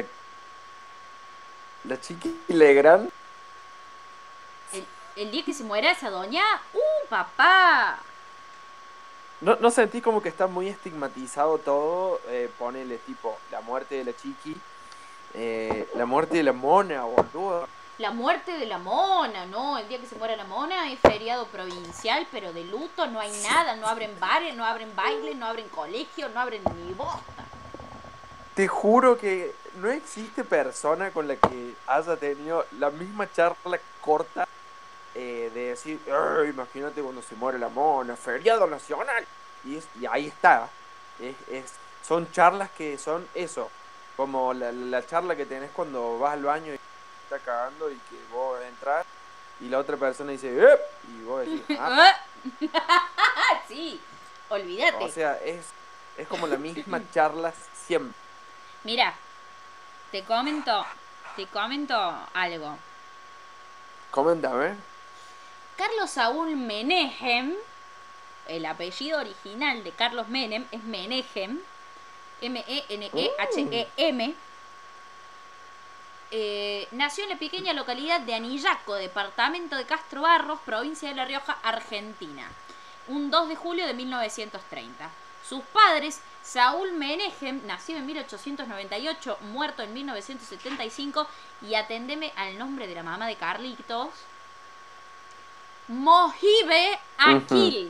la chiqui Legrand. El, el día que se muera esa doña. ¡Uh, papá! ¿No, ¿No sentís como que está muy estigmatizado todo? Eh, ponele tipo la muerte de la chiqui, eh, la muerte de la mona, boludo. La muerte de la mona, ¿no? El día que se muera la mona es feriado provincial, pero de luto no hay nada. No abren bares, no abren bailes, no abren colegios, no abren ni bosta. Te juro que no existe persona con la que haya tenido la misma charla corta eh, de decir, "Ay, imagínate cuando se muere la mona, feriado nacional". Y, es, y ahí está. Es, es, son charlas que son eso, como la, la charla que tenés cuando vas al baño y te está cagando y que vos entras y la otra persona dice, "Ep", y vos decís, ah. Sí, olvídate. O sea, es, es como la misma charla siempre. Mira, te comento, te comento algo. Coméntame. Carlos Saúl Menem, el apellido original de Carlos Menem es Menem, M E N E H E M. Eh, nació en la pequeña localidad de Anillaco, departamento de Castro Barros, provincia de La Rioja, Argentina, un dos de julio de mil novecientos treinta. Sus padres, Saúl Menem, nacido en mil ochocientos noventa y ocho, muerto en mil novecientos setenta y cinco, y atendeme al nombre de la mamá de Carlitos, Mojibe Akil.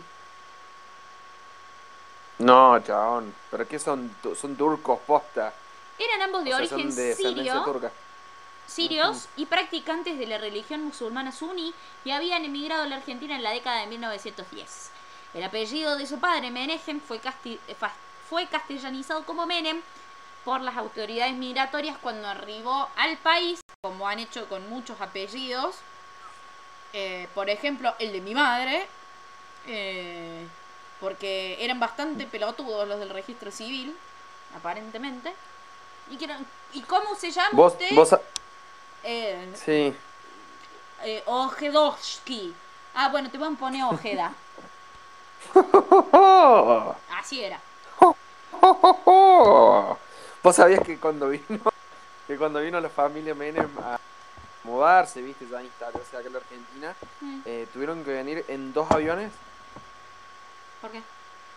Uh-huh. No, chabón. ¿Pero qué son? Son turcos posta. Eran ambos de O sea, origen son de descendencia sirio, turca. sirios y practicantes de la religión musulmana suní, y habían emigrado a la Argentina en la década de mil novecientos diez. El apellido de su padre, Menem, fue, casti fue castellanizado como Menem por las autoridades migratorias cuando arribó al país, como han hecho con muchos apellidos. Eh, por ejemplo, el de mi madre, eh, porque eran bastante pelotudos los del registro civil, aparentemente. ¿Y, que eran, ¿y cómo se llama ¿Vos, usted? vos... Eh, Sí. eh, Ojedowski. Ah, bueno, te van a poner Ojeda. Así era. Vos sabías que cuando vino, que cuando vino la familia Menem a mudarse, viste, ya instalarse acá en la Argentina, Mm. eh, tuvieron que venir en dos aviones. ¿Por qué?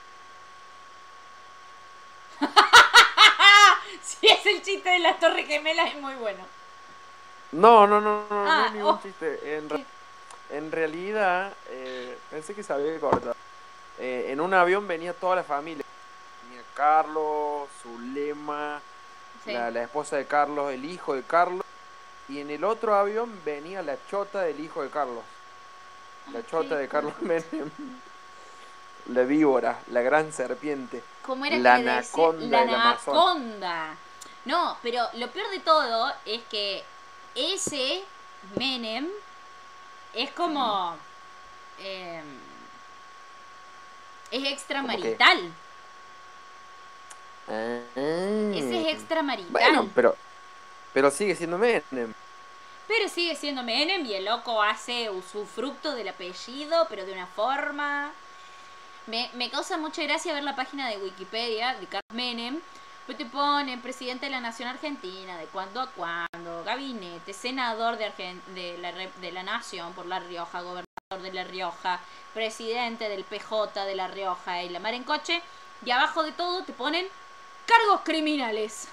Si es el chiste de las Torres Gemelas, es muy bueno. No, no, no, no, Ah, no es ningún oh. chiste. En, ¿Qué? en realidad, eh, pensé que se había cortado. Eh, en un avión venía toda la familia. Venía Carlos, Zulema, Sí. la, la esposa de Carlos, el hijo de Carlos. Y en el otro avión venía la chota del hijo de Carlos. La Ay, chota qué de Carlos hijo de Menem. La víbora, la gran serpiente. ¿Cómo era La que le decía? anaconda La del Amazonas. anaconda. No, pero lo peor de todo es que ese Menem es como... eh, es extramarital. Ah. Ese es extramarital. Bueno, pero, pero sigue siendo Menem. Pero sigue siendo Menem y el loco hace usufructo del apellido, pero de una forma... Me, me causa mucha gracia ver la página de Wikipedia de Carlos Menem. Pues te ponen presidente de la Nación Argentina, de cuando a cuando, gabinete, senador de, Argen de, la, de la Nación por La Rioja, gobernador de La Rioja, presidente del P J de La Rioja y la mar en coche. Y abajo de todo te ponen cargos criminales.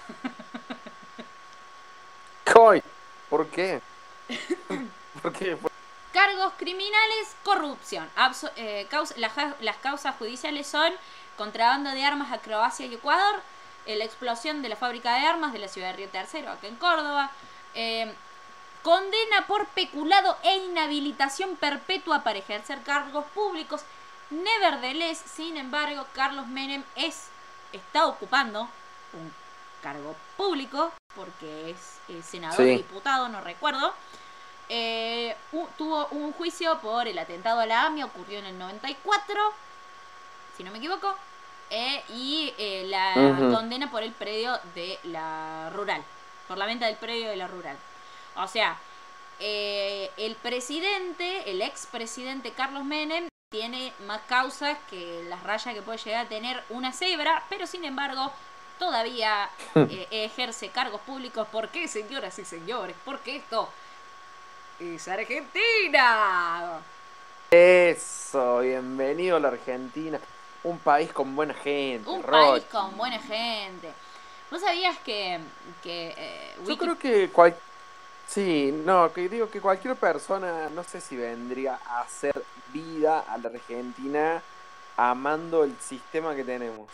¡Coy! ¿Por qué? ¿Por qué? Cargos criminales, corrupción. Abso eh, causa las, las causas judiciales son contrabando de armas a Croacia y Ecuador, eh, la explosión de la fábrica de armas de la ciudad de Río Tercero, acá en Córdoba, eh, condena por peculado e inhabilitación perpetua para ejercer cargos públicos. Nevertheless, sin embargo, Carlos Menem es, está ocupando un cargo público, porque es eh, senador o Sí. diputado, no recuerdo. Eh, uh, tuvo un juicio por el atentado a la AMIA, ocurrió en el noventa y cuatro, si no me equivoco, eh, y eh, la Ujú. condena por el predio de la rural, por la venta del predio de la rural. O sea, eh, el presidente, el expresidente Carlos Menem, tiene más causas que las rayas que puede llegar a tener una cebra, pero sin embargo todavía eh, ejerce cargos públicos. ¿Por qué, señoras y señores? Porque esto es Argentina. Eso, bienvenido a la Argentina. Un país con buena gente. Un Rochi. país con buena gente. ¿Vos sabías que, que eh, Yo Wiki- creo que cual... Sí, no, que digo que cualquier persona, no sé si vendría a hacer vida a la Argentina amando el sistema que tenemos.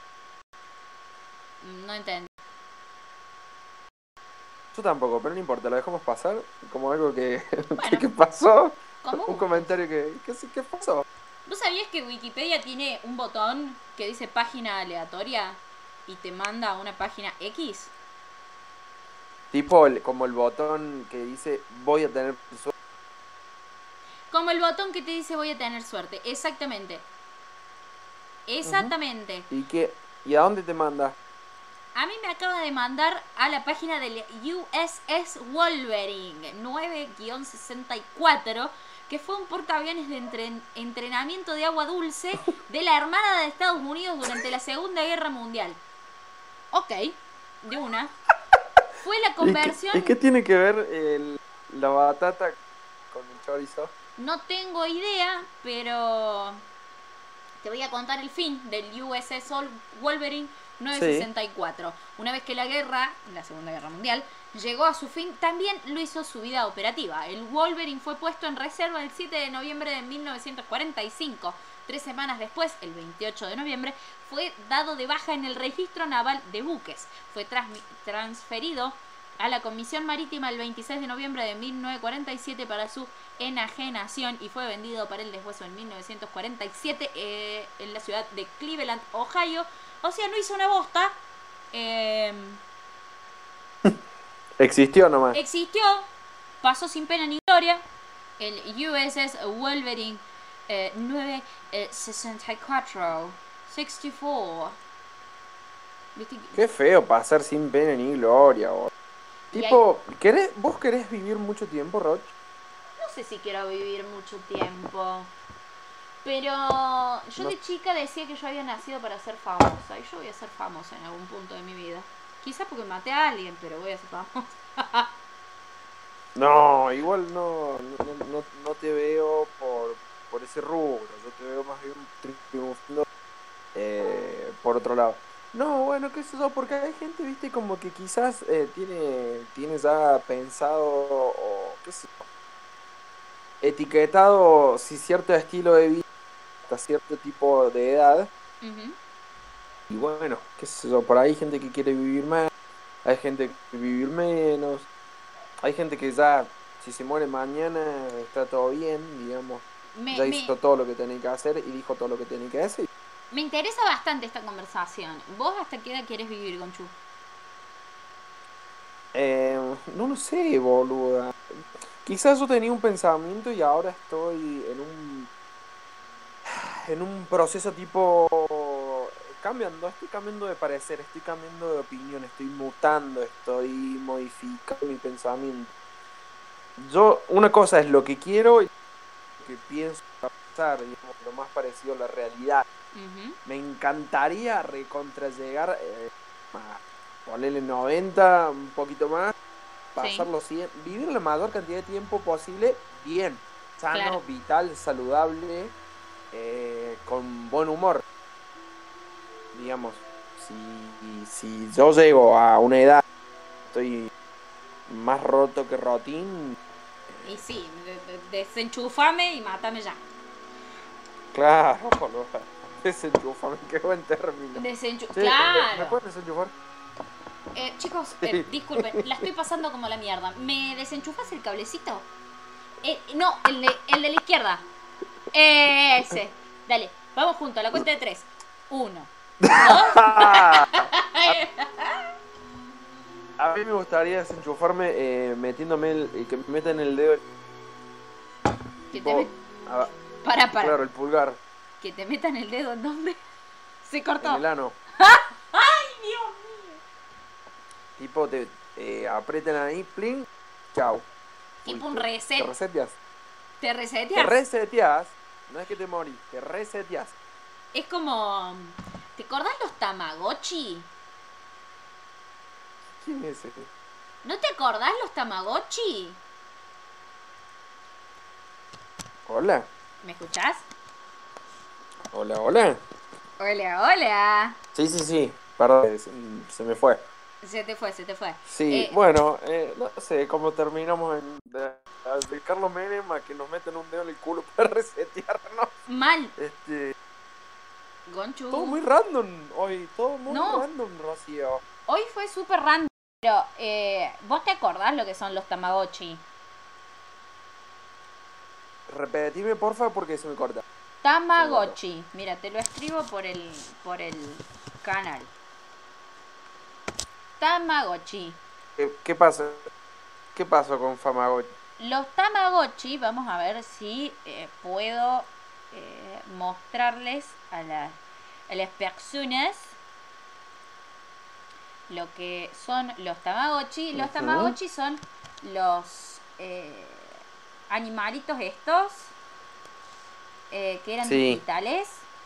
No entendí. Yo tampoco, pero no importa, lo dejamos pasar como algo que, Bueno, que pasó. como Un gustes. comentario que, que sí, ¿qué pasó? ¿Vos sabías que Wikipedia tiene un botón que dice página aleatoria y te manda a una página X? Tipo el- como el botón que dice voy a tener suerte. Como el botón que te dice voy a tener suerte. Exactamente. Exactamente. ¿Y qué? ¿Y a dónde te manda? A mí me acaba de mandar a la página del U S S Wolverine nueve sesenta y cuatro, que fue un portaaviones de entren entrenamiento de agua dulce de la Armada de Estados Unidos durante la Segunda Guerra Mundial. Ok, de una. Fue la conversión... ¿Y qué, y qué tiene que ver el, la batata con el chorizo? No tengo idea, pero te voy a contar el fin del U S S Wolverine nueve sesenta y cuatro. Sí. Una vez que la guerra, la Segunda Guerra Mundial, llegó a su fin, también lo hizo su vida operativa. El Wolverine fue puesto en reserva el siete de noviembre de mil novecientos cuarenta y cinco. Tres semanas después, el veintiocho de noviembre, fue dado de baja en el registro naval de buques. Fue transferido a la Comisión Marítima el veintiséis de noviembre de mil novecientos cuarenta y siete para su enajenación y fue vendido para el deshueso en mil novecientos cuarenta y siete eh, en la ciudad de Cleveland, Ohio. O sea, no hizo una bosta. Eh, Existió nomás. Existió, pasó sin pena ni gloria. El U S S Wolverine eh, nueve, eh, sesenta y cuatro, sesenta y cuatro. ¿Viste? Qué feo pasar sin pena ni gloria, boludo. Y hay, Tipo, ¿querés, ¿vos querés vivir mucho tiempo, Roch? no sé si quiero vivir mucho tiempo, pero yo No, de chica decía que yo había nacido para ser famosa, y yo voy a ser famosa en algún punto de mi vida. Quizás porque maté a alguien, pero voy a ser famosa. no, igual no, no, no, no no te veo por, por ese rubro. Yo te veo más bien triunfando eh, por otro lado. No, bueno, qué sé yo, porque hay gente, viste, como que quizás eh, tiene, tiene ya pensado o qué sé yo, etiquetado si cierto estilo de vida hasta cierto tipo de edad. Ujú. Y bueno, qué sé yo, por ahí hay gente que quiere vivir más, hay gente que quiere vivir menos, hay gente que ya, si se muere mañana, está todo bien, digamos, me, ya me, hizo todo lo que tenía que hacer y dijo todo lo que tenía que decir. me interesa bastante esta conversación. ¿Vos hasta qué edad quieres vivir, Gonchu? Eh, no lo sé, boluda. Quizás yo tenía un pensamiento y ahora estoy en un, en un proceso tipo cambiando, estoy cambiando de parecer, estoy cambiando de opinión, estoy mutando, estoy modificando mi pensamiento. Yo, una cosa es lo que quiero y lo que pienso pasar, digamos, lo más parecido a la realidad. Ujú. Me encantaría recontra llegar eh, a ponerle noventa, un poquito más, Sí, pasarlo cien, vivir la mayor cantidad de tiempo posible bien, claro. sano, vital, saludable, eh, con buen humor. Digamos, si, si yo llego a una edad, estoy más roto que rotín, Y eh, sí, de- de- desenchúfame y mátame ya. claro, boludo, desenchúfame, qué buen término. Desenchu Che, eh, ¿me claro. puedes desenchufar? Eh, chicos, eh, Sí. disculpen, la estoy pasando como la mierda. ¿Me desenchufas el cablecito? Eh, no, el de, el de la izquierda. Ese. Dale, vamos juntos, a la cuenta de tres. Uno, dos. A, a mí me gustaría desenchufarme eh, metiéndome el, el que me metan el dedo, Que te met... tipo, a- Para, para. claro, el pulgar, Que te metan el dedo en donde se cortó. en el ano. ¡Ay, Dios mío! Tipo, te eh, aprieten ahí, plin, chau. Tipo un Fuiste. Te reset. reseteas. Te Te reseteas. reseteas. No es que te morís, te reseteas. Es como. ¿Te acordás los Tamagotchi? ¿Quién es ese? ¿No te acordás los Tamagotchi? Hola. ¿Me escuchás? Hola, hola. Hola, hola. Sí, sí, sí. Perdón, se, se me fue. Se te fue, se te fue. Sí, Eh, bueno, eh, no sé cómo terminamos en, de, de Carlos Menem a que nos meten un dedo en el culo para resetearnos. mal. Este, todo Gonchu. muy random hoy, todo muy No, random, Rocío. hoy fue súper random. Pero, eh, ¿vos te acordás lo que son los Tamagotchi? Repetime, porfa, porque se me corta. Se me cortó. Tamagotchi. Mira, te lo escribo por el, por el canal. Tamagotchi. ¿Qué, qué pasa? ¿Qué pasó con Famagotchi? Los Tamagotchi, vamos a ver si eh, puedo eh, mostrarles a, la, a las personas lo que son los Tamagotchi. Los Ujú. Tamagotchi son los eh, animalitos estos eh, que eran Sí. digitales.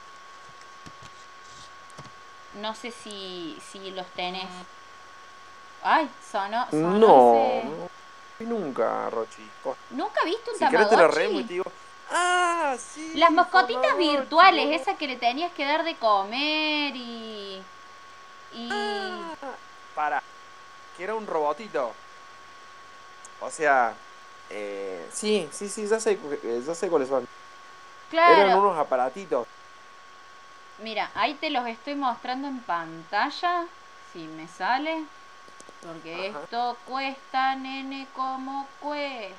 No sé si, si los tenés. Ay, sonó, sonó No, ese. no vi nunca, Rochi. Posta. ¿Nunca viste un Si querés te la remo y Tamagotchi? te digo, ah, Las sí, mascotitas Famagotchi, virtuales, boludo. esas que le tenías que dar de comer y. y. Ah, para, que era un robotito. O sea, eh, sí, sí, sí, ya sé, cu- eh, ya sé cuáles son. Eran Claro, unos aparatitos. mira, ahí te los estoy mostrando en pantalla. Si me sale. Porque Ajá. esto cuesta, nene, como cuesta.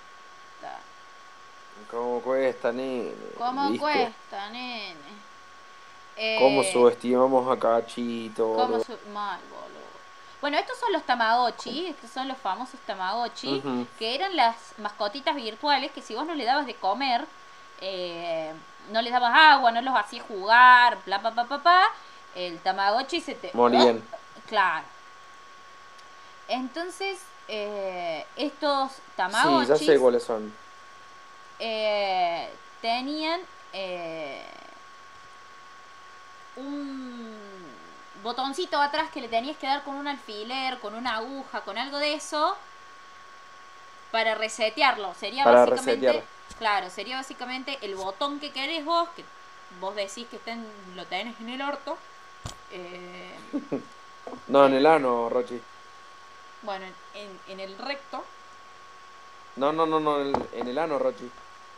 ¿Cómo cuesta, nene? ¿Cómo ¿Viste? cuesta, nene? ¿Cómo Eh, subestimamos a Cachito, ¿Cómo boludo? su mal, boludo? Bueno, estos son los ¿Cómo? Tamagotchi, estos son los famosos Tamagotchi, Ujú. que eran las mascotitas virtuales que si vos no le dabas de comer, eh, no les dabas agua, no los hacías jugar, bla, bla, bla, bla, bla, el Tamagotchi se te... Morían. Claro. Entonces, eh, estos Sí, ya Tamagotchis sé cuáles son. eh, tenían eh, un botoncito atrás que le tenías que dar con un alfiler, con una aguja, con algo de eso, para resetearlo. Sería Para básicamente, resetear. claro, sería básicamente el botón que querés vos, que vos decís que está en- lo tenés en el orto. eh, No, en el ano, Rochi. bueno, en, en el recto. No, no, no, no, en el, en el ano, Rochi.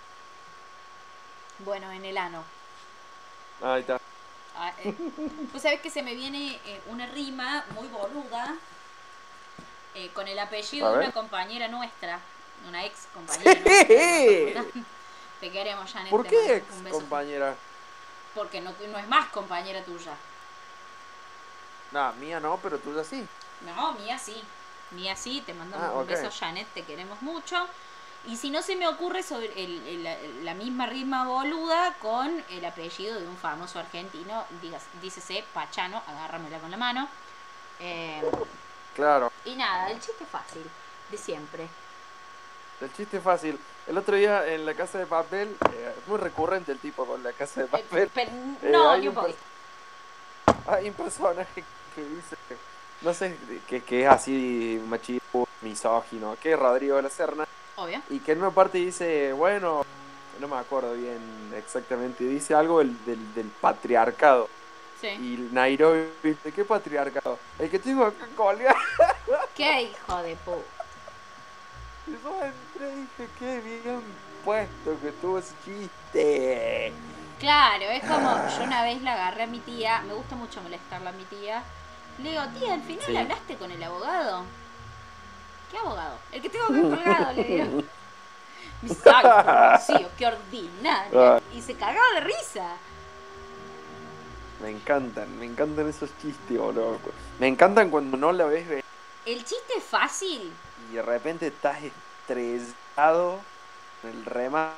Bueno, en el ano. Ahí está. Ah, eh, Pues sabés que se me viene eh, una rima muy boluda eh, con el apellido A de ver. una compañera nuestra, una ex compañera nuestra de la facultad. Te queremos, Janet, ¿Por te qué mandamos ex, un beso. compañera? Porque no, no es más compañera tuya. No, mía no, pero tuya sí. No, mía sí. Mía sí, te mandamos Ah, un ok. beso, Janet, te queremos mucho. Y si no se me ocurre sobre el, el- la, la misma rima boluda con el apellido de un famoso argentino, digas, dícese Pachano, agárramela con la mano. Eh, Claro. y nada, el chiste fácil, de siempre. El chiste es fácil. El otro día en La Casa de Papel, eh, es muy recurrente el tipo con La Casa de Eh, Papel. pero, Eh, no, hay, ni un un per- poquito. hay un personaje que dice, no sé, que, que es así machismo, misógino, que es Rodrigo de la Serna, Obvio. y que en una parte dice, bueno, no me acuerdo bien exactamente, dice algo del, del, del patriarcado. Sí. Y Nairobi dice, ¿qué patriarcado? El que tengo acá colgado. Qué hijo de pu. Y yo entré y dije, qué bien puesto que tuvo ese chiste. Claro, es como, yo una vez la agarré a mi tía, me gusta mucho molestarla a mi tía. Le digo, tía, al final Sí. hablaste con el abogado. ¿Qué abogado? El que tengo acá colgado, le digo. Me dice, ay, por Rocío, qué ordinaria. Ah. Y se cagaba de risa. Me encantan, me encantan esos chistes, boludo. Me encantan cuando no la ves venir El chiste es fácil. y de repente estás estrellado en el remate.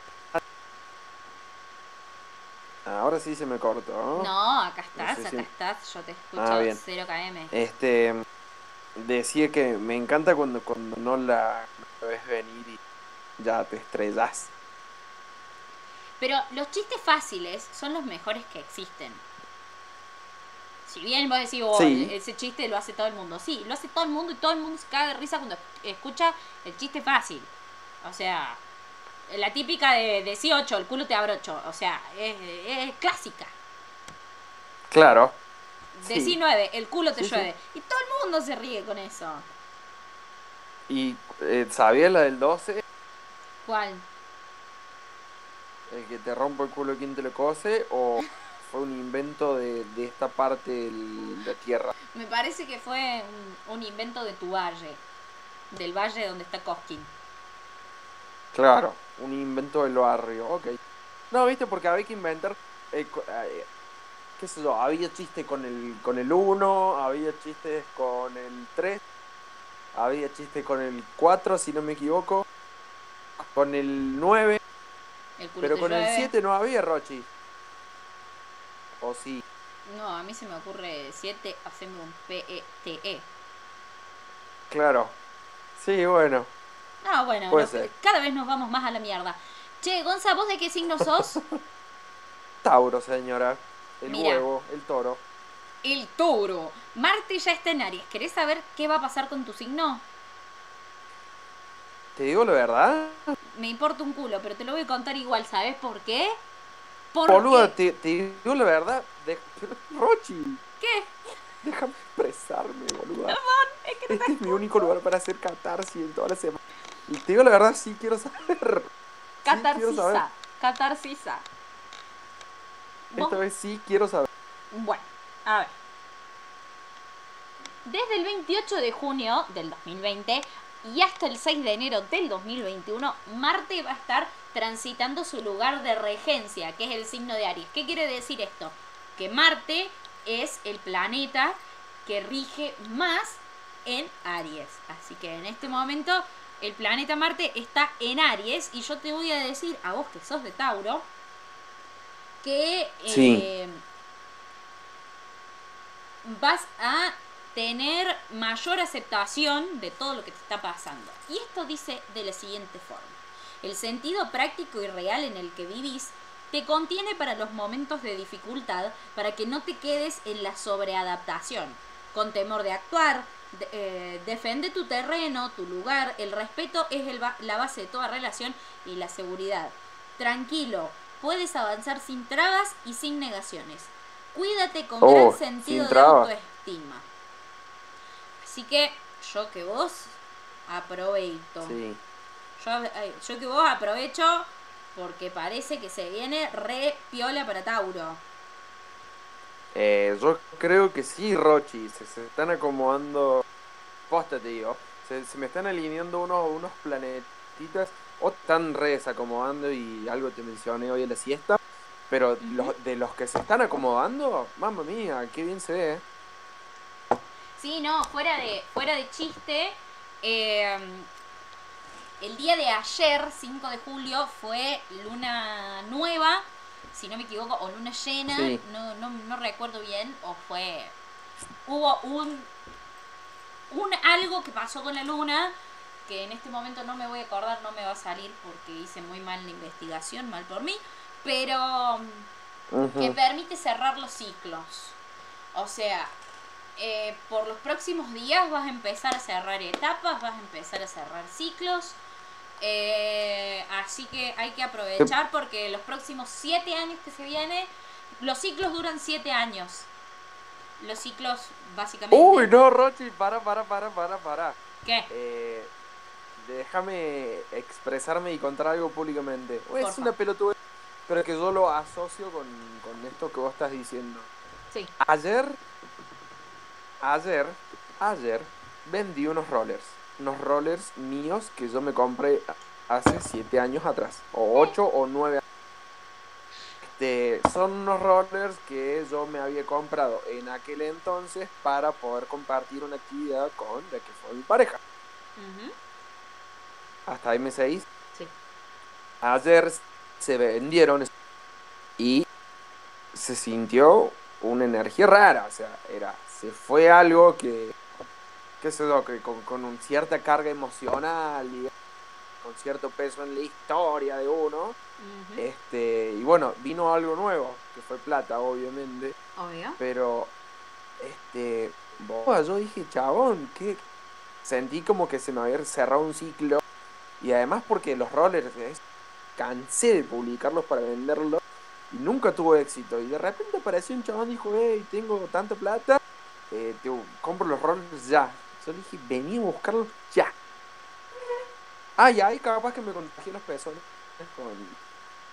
Ahora sí se me cortó, ¿no? No, acá estás, No sé acá si- estás. Yo te escucho Ah, bien. cero kilómetros. Este, decía que me encanta cuando, cuando no la, no la ves venir y ya te estrellas. Pero los chistes fáciles son los mejores que existen. Si bien vos decís, oh, Sí. ese chiste lo hace todo el mundo. Sí, lo hace todo el mundo y todo el mundo se caga de risa cuando escucha el chiste fácil. O sea, la típica de dieciocho, el culo te abrocho. O sea, es, es clásica. Claro. Sí. diecinueve, el culo te Sí, sí. llueve. Y todo el mundo se ríe con eso. ¿Y eh, sabías la del doce? ¿Cuál? ¿El que te rompe el culo quien te lo cose? ¿O fue un invento de, de esta parte de la Tierra? Me parece que fue un, un invento de tu valle. Del valle donde está Cosquín. Claro, un invento del barrio, ok. No, viste, porque había que inventar, eh, co- eh, qué sé yo, había chiste con el con el uno, había chistes con el tres, había chiste con el cuatro, si no me equivoco, con el nueve, El culo pero te con el llueve. siete no había, Rochi. ¿O sí? No, a mí se me ocurre siete, haceme un P E T E. Claro. Sí, bueno. No, bueno, Puede lo- ser. cada vez nos vamos más a la mierda. Che, Gonza, ¿vos de qué signo sos? Tauro, señora. El Mira. huevo, el toro. El toro. Marte ya está en Aries. ¿Querés saber qué va a pasar con tu signo? ¿Te digo la verdad? Me importa un culo, pero te lo voy a contar igual, ¿sabes por qué? Porque... Boluda, te, te digo la verdad. De... Rochi, ¿Qué? déjame expresarme, boluda. Es que no Este te es mi único lugar para hacer catarsis en toda la semana. Y te digo la verdad, sí quiero saber. Sí quiero saber. Catarcisa. Catarcisa. ¿Vos? Esta vez sí quiero saber. Bueno, a ver. Desde el veintiocho de junio del dos mil veinte y hasta el seis de enero del dos mil veintiuno, Marte va a estar transitando su lugar de regencia, que es el signo de Aries. ¿Qué quiere decir esto? Que Marte es el planeta que rige más en Aries. Así que en este momento el planeta Marte está en Aries, y yo te voy a decir, a vos que sos de Tauro, que Sí. eh, vas a tener mayor aceptación de todo lo que te está pasando. Y esto dice de la siguiente forma: el sentido práctico y real en el que vivís te contiene para los momentos de dificultad, para que no te quedes en la sobreadaptación, con temor de actuar. De, eh, defiende tu terreno, tu lugar. El respeto es el ba la base de toda relación, y la seguridad. Tranquilo, puedes avanzar sin trabas y sin negaciones. Cuídate con Oh, gran sentido sin de trabas. autoestima. Así que yo que vos aprovecho. Sí. Yo, eh, yo que vos aprovecho porque parece que se viene re piola para Tauro. Eh, yo creo que sí, Rochi. Se, se están acomodando. Posta, te digo. Se, se me están alineando unos, unos planetitas. O están re desacomodando, y algo te mencioné hoy en la siesta. Pero Uh-huh. los, de los que se están acomodando, mamma mía, qué bien se ve. Sí, no, fuera de, fuera de chiste, eh, el día de ayer, cinco de julio, fue luna nueva, si no me equivoco, o luna llena, Sí. no, no, no recuerdo bien, o fue... Hubo un, un algo que pasó con la luna, que en este momento no me voy a acordar, no me va a salir porque hice muy mal la investigación, mal por mí, pero Uh-huh. que permite cerrar los ciclos. O sea, eh, por los próximos días vas a empezar a cerrar etapas, vas a empezar a cerrar ciclos. Eh, así que hay que aprovechar, porque los próximos siete años que se vienen, los ciclos duran siete años. Los ciclos, básicamente... Uy, no, Rochi, para, para, para, para, para. ¿Qué? Eh, déjame expresarme y contar algo públicamente. Es Porfa. una pelotuda, pero que yo lo asocio con, con esto que vos estás diciendo. Sí. Ayer, ayer, ayer vendí unos rollers. Unos rollers míos que yo me compré hace siete años atrás. O ocho o nueve años. Este, son unos rollers que yo me había comprado en aquel entonces para poder compartir una actividad con la que fue mi pareja. Uh-huh. Hasta ahí me seguís. Sí. Ayer se vendieron y se sintió una energía rara. O sea, era, se fue algo que, qué sé yo, que con, con un cierta carga emocional y con cierto peso en la historia de uno. Uh-huh. Este, y bueno, vino algo nuevo, que fue plata, obviamente. Obvio. Pero, este, boba, yo dije, chabón, que sentí como que se me había cerrado un ciclo. Y además porque los rollers, ¿ves? Cansé de publicarlos para venderlos y nunca tuvo éxito. Y de repente apareció un chabón y dijo, hey, tengo tanta plata, eh, te compro los rollers ya. Yo dije, vení a buscarlos ya. Ah, y ahí capaz que me contagié los pesos, ¿no? Con...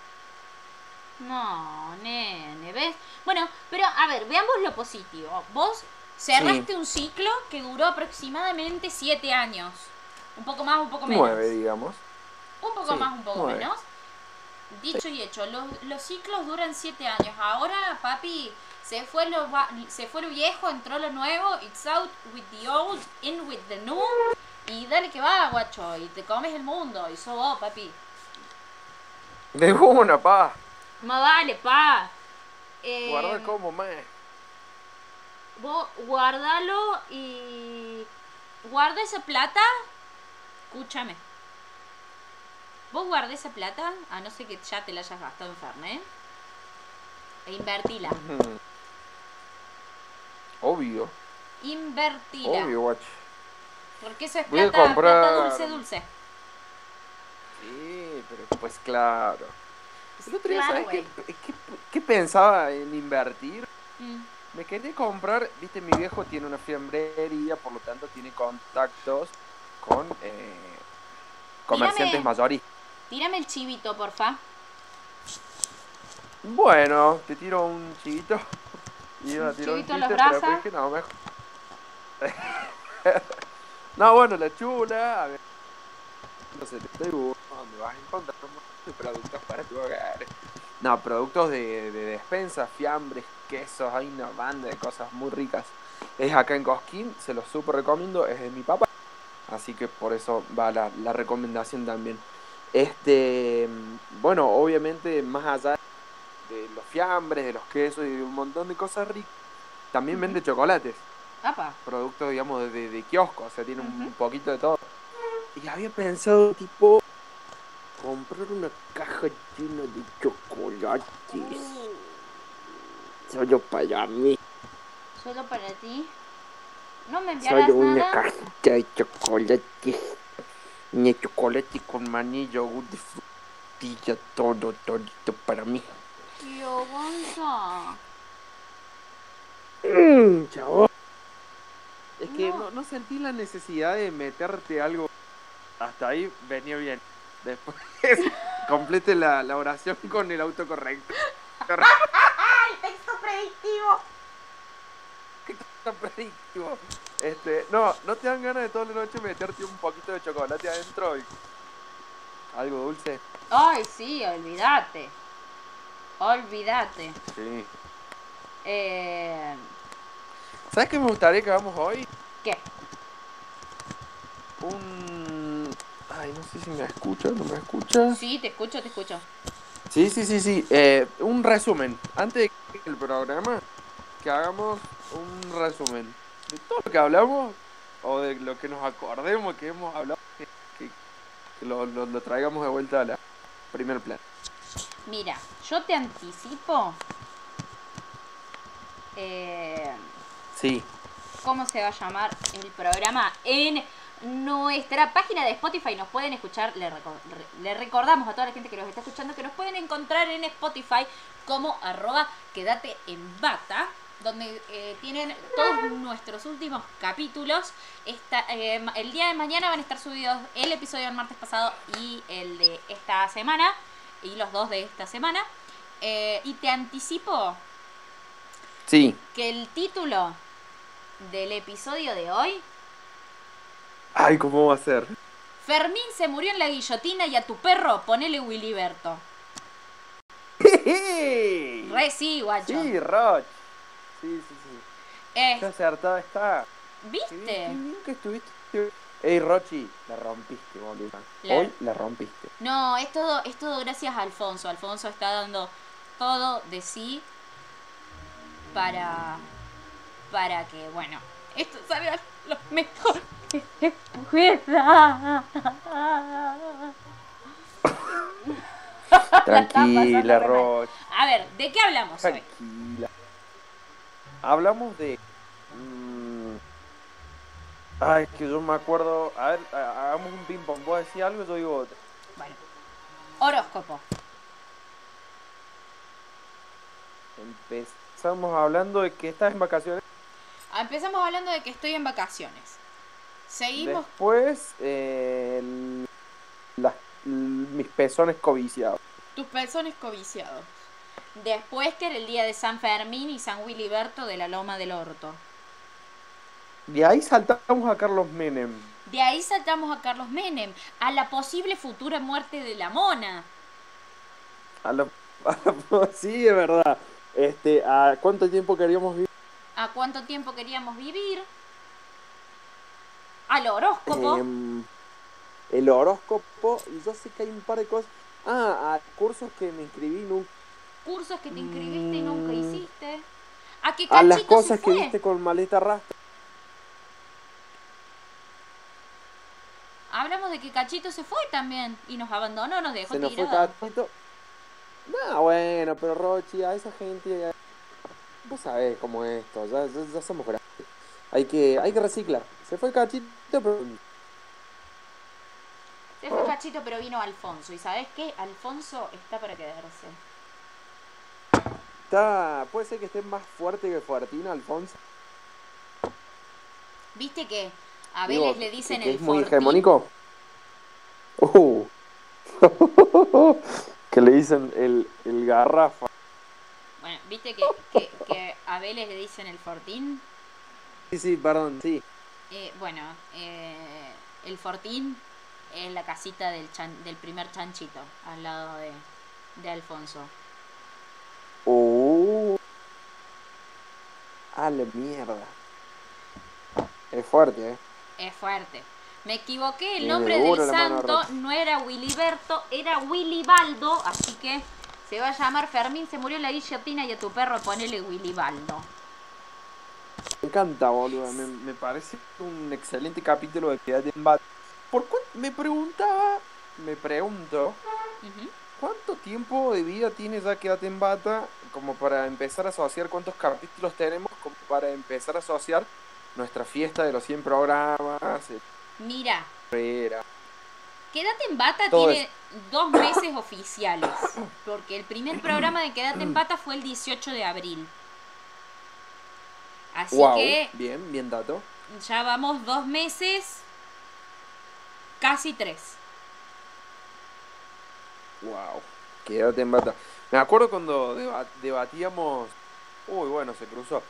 No, nene, ¿ves? Bueno, pero a ver, veamos lo positivo. Vos cerraste Sí. un ciclo que duró aproximadamente siete años. Un poco más, un poco menos. Nueve, digamos. Un poco Sí, más, un poco nueve. menos. Dicho y hecho, los, los ciclos duran siete años. Ahora, papi, se fue, lo, se fue lo viejo, entró lo nuevo. It's out with the old, in with the new. Y dale que va, guacho. Y te comes el mundo. Y sos vos, papi. De una, pa. Más vale, pa. Eh, Guarda como, más. Vos guardalo y... Guarda esa plata. Escúchame. Vos guarda esa plata, a no ser que ya te la hayas gastado en Fernet. E invertila. Obvio. Invertila. Obvio, guacho. Porque eso es Voy a plata, comprar- plata dulce, dulce. Sí, pero pues claro. El otro día, Claro, ¿sabes güey. qué, qué, qué pensaba en invertir? Mm. Me quería comprar, viste, mi viejo tiene una fiambrería, por lo tanto tiene contactos con eh, comerciantes Tírame- mayoristas. Tírame el chivito, porfa. Bueno, te tiro un chivito. Iba a Un tirar un chivito a chiste, los pero brazos. después dije, no, mejor. No, bueno, la chula, a ver. No sé, te estoy buscando, ¿dónde vas a encontrar un montón de productos para tu hogar? No, productos de, de despensa, fiambres, quesos, hay una banda de cosas muy ricas. Es acá en Cosquín, se los súper recomiendo, es de mi papá. Así que por eso va la, la recomendación también. Este, bueno, obviamente más allá de los fiambres, de los quesos y de un montón de cosas ricas, también Ujú. vende chocolates, Apa. productos, digamos, de, de, de kiosco, o sea, tiene Ujú. un poquito de todo. Y había pensado, tipo, comprar una caja llena de chocolates, Uh, solo para mí, Solo para ti. ¿No me solo enviarás una nada? cajita de chocolates, ni chocolate con maní, yogur de frutilla, todo, todito para mí. Tío Gonza. Mmm, chavo. Es que No. no, no sentí la necesidad de meterte algo. Hasta ahí venía bien. Después complete la, la oración con el autocorrecto. ¡Ay, texto predictivo! Tan predictivo. Este, no, no te dan ganas de toda la noche meterte un poquito de chocolate adentro y algo dulce. Ay, sí, olvídate. Olvídate. Sí. Eh, ¿Sabes qué me gustaría que hagamos hoy? ¿Qué? Un... Ay, no sé si me escucha, no me escucha. Sí, te escucho, te escucho. Sí, sí, sí, sí. Eh, un resumen. Antes de que el programa, que hagamos un resumen de todo lo que hablamos o de lo que nos acordemos que hemos hablado, que, que- que lo, lo- lo traigamos de vuelta a la primer plan. Mira, yo te anticipo eh, Sí, cómo se va a llamar el programa en nuestra página de Spotify. Nos pueden escuchar, le, recor- re- le recordamos a toda la gente que nos está escuchando que nos pueden encontrar en Spotify como arroba quédate en bata, donde eh, tienen todos nuestros últimos capítulos. Esta, eh, el día de mañana van a estar subidos el episodio del martes pasado y el de esta semana, y los dos de esta semana. Eh, y te anticipo sí. que el título del episodio de hoy: Ay, ¿cómo va a ser? Fermín se murió en la guillotina y a tu perro ponele Wiliberto. Re sí, guacho. Sí, Roch. Sí, sí, sí. Eh, Qué acertada está. Qué bien, qué ¿Viste? bien que estuviste. Ey, Rochi, la rompiste, boludo. La- Hoy la rompiste. No, es todo, es todo gracias a Alfonso. Alfonso está dando todo de sí para, para que, bueno, esto salga lo mejor que se pueda. La están pasando Tranquila, re mal. Roch. A ver, ¿de qué hablamos hoy? Tranquila. Hablamos de. mm, Ay, es que yo me acuerdo. A ver, ha- hagamos un ping-pong. ¿Vos decís algo? Yo digo otro. Bueno, horóscopo. Empezamos hablando de que estás en vacaciones. Ah, Empezamos hablando de que estoy en vacaciones. Seguimos Después, eh, el- las- l- mis pezones codiciados. tus pezones codiciados. Después que era el día de San Fermín y San Wiliberto de la Loma del Orto. De ahí saltamos a Carlos Menem. De ahí saltamos a Carlos Menem, a la posible futura muerte de la mona. A la- a la- sí, es verdad. Este, ¿a cuánto tiempo queríamos vivir? ¿A cuánto tiempo queríamos vivir? Al horóscopo. Em, el horóscopo. Y yo sé que hay un par de cosas. Ah, a cursos que me inscribí nunca. Cursos que te inscribiste y nunca Mm, hiciste. ¿A qué a las Cachito se cosas que fue? viste con maleta rastra. Hablamos de que Cachito se fue también y nos abandonó, nos dejó Se nos fue tirado. Catito. No, bueno, pero Rochi, a esa gente. Vos sabés cómo es esto. Ya, ya, ya somos grandes. Hay que, hay que reciclar. Se fue Cachito, pero. Se fue Cachito, pero vino Alfonso. ¿Y sabes qué? Alfonso está para quedarse. Está, puede ser que esté más fuerte que Fuertina, Alfonso. ¿Viste que a Digo, Vélez le que, dicen que el es muy Fortín? hegemónico. Uh. Que le dicen el, el garrafa. Bueno, ¿viste que, que, que a Vélez le dicen el Fortín? Sí, sí, perdón, sí. Eh, bueno, eh, el Fortín es la casita del, chan- del primer chanchito, al lado de, de Alfonso. Uh. A la mierda. Es fuerte, ¿eh? Es fuerte. Me equivoqué, el Viene nombre duro del la mano santo rota. no era Wiliberto, era Wilibaldo, así que se va a llamar Fermín, se murió en la guillotina y a tu perro ponele Wilibaldo. Me encanta, boludo. Me, me parece un excelente capítulo de Quédate en Bata. ¿Por cuánto? Me preguntaba, me pregunto, Uh-huh. ¿cuánto tiempo de vida tiene ya Quédate en Bata como para empezar a asociar cuántos capítulos tenemos, como para empezar a asociar nuestra fiesta de los cien programas, el Mira, era, Quédate en Bata todo eso? tiene dos meses oficiales, porque el primer programa de Quédate en Bata fue el dieciocho de abril. Así Wow, que bien, bien dato. ya vamos dos meses, casi tres. Wow, Quédate en Bata. Me acuerdo cuando deba- debatíamos. Uy, bueno, se cruzó.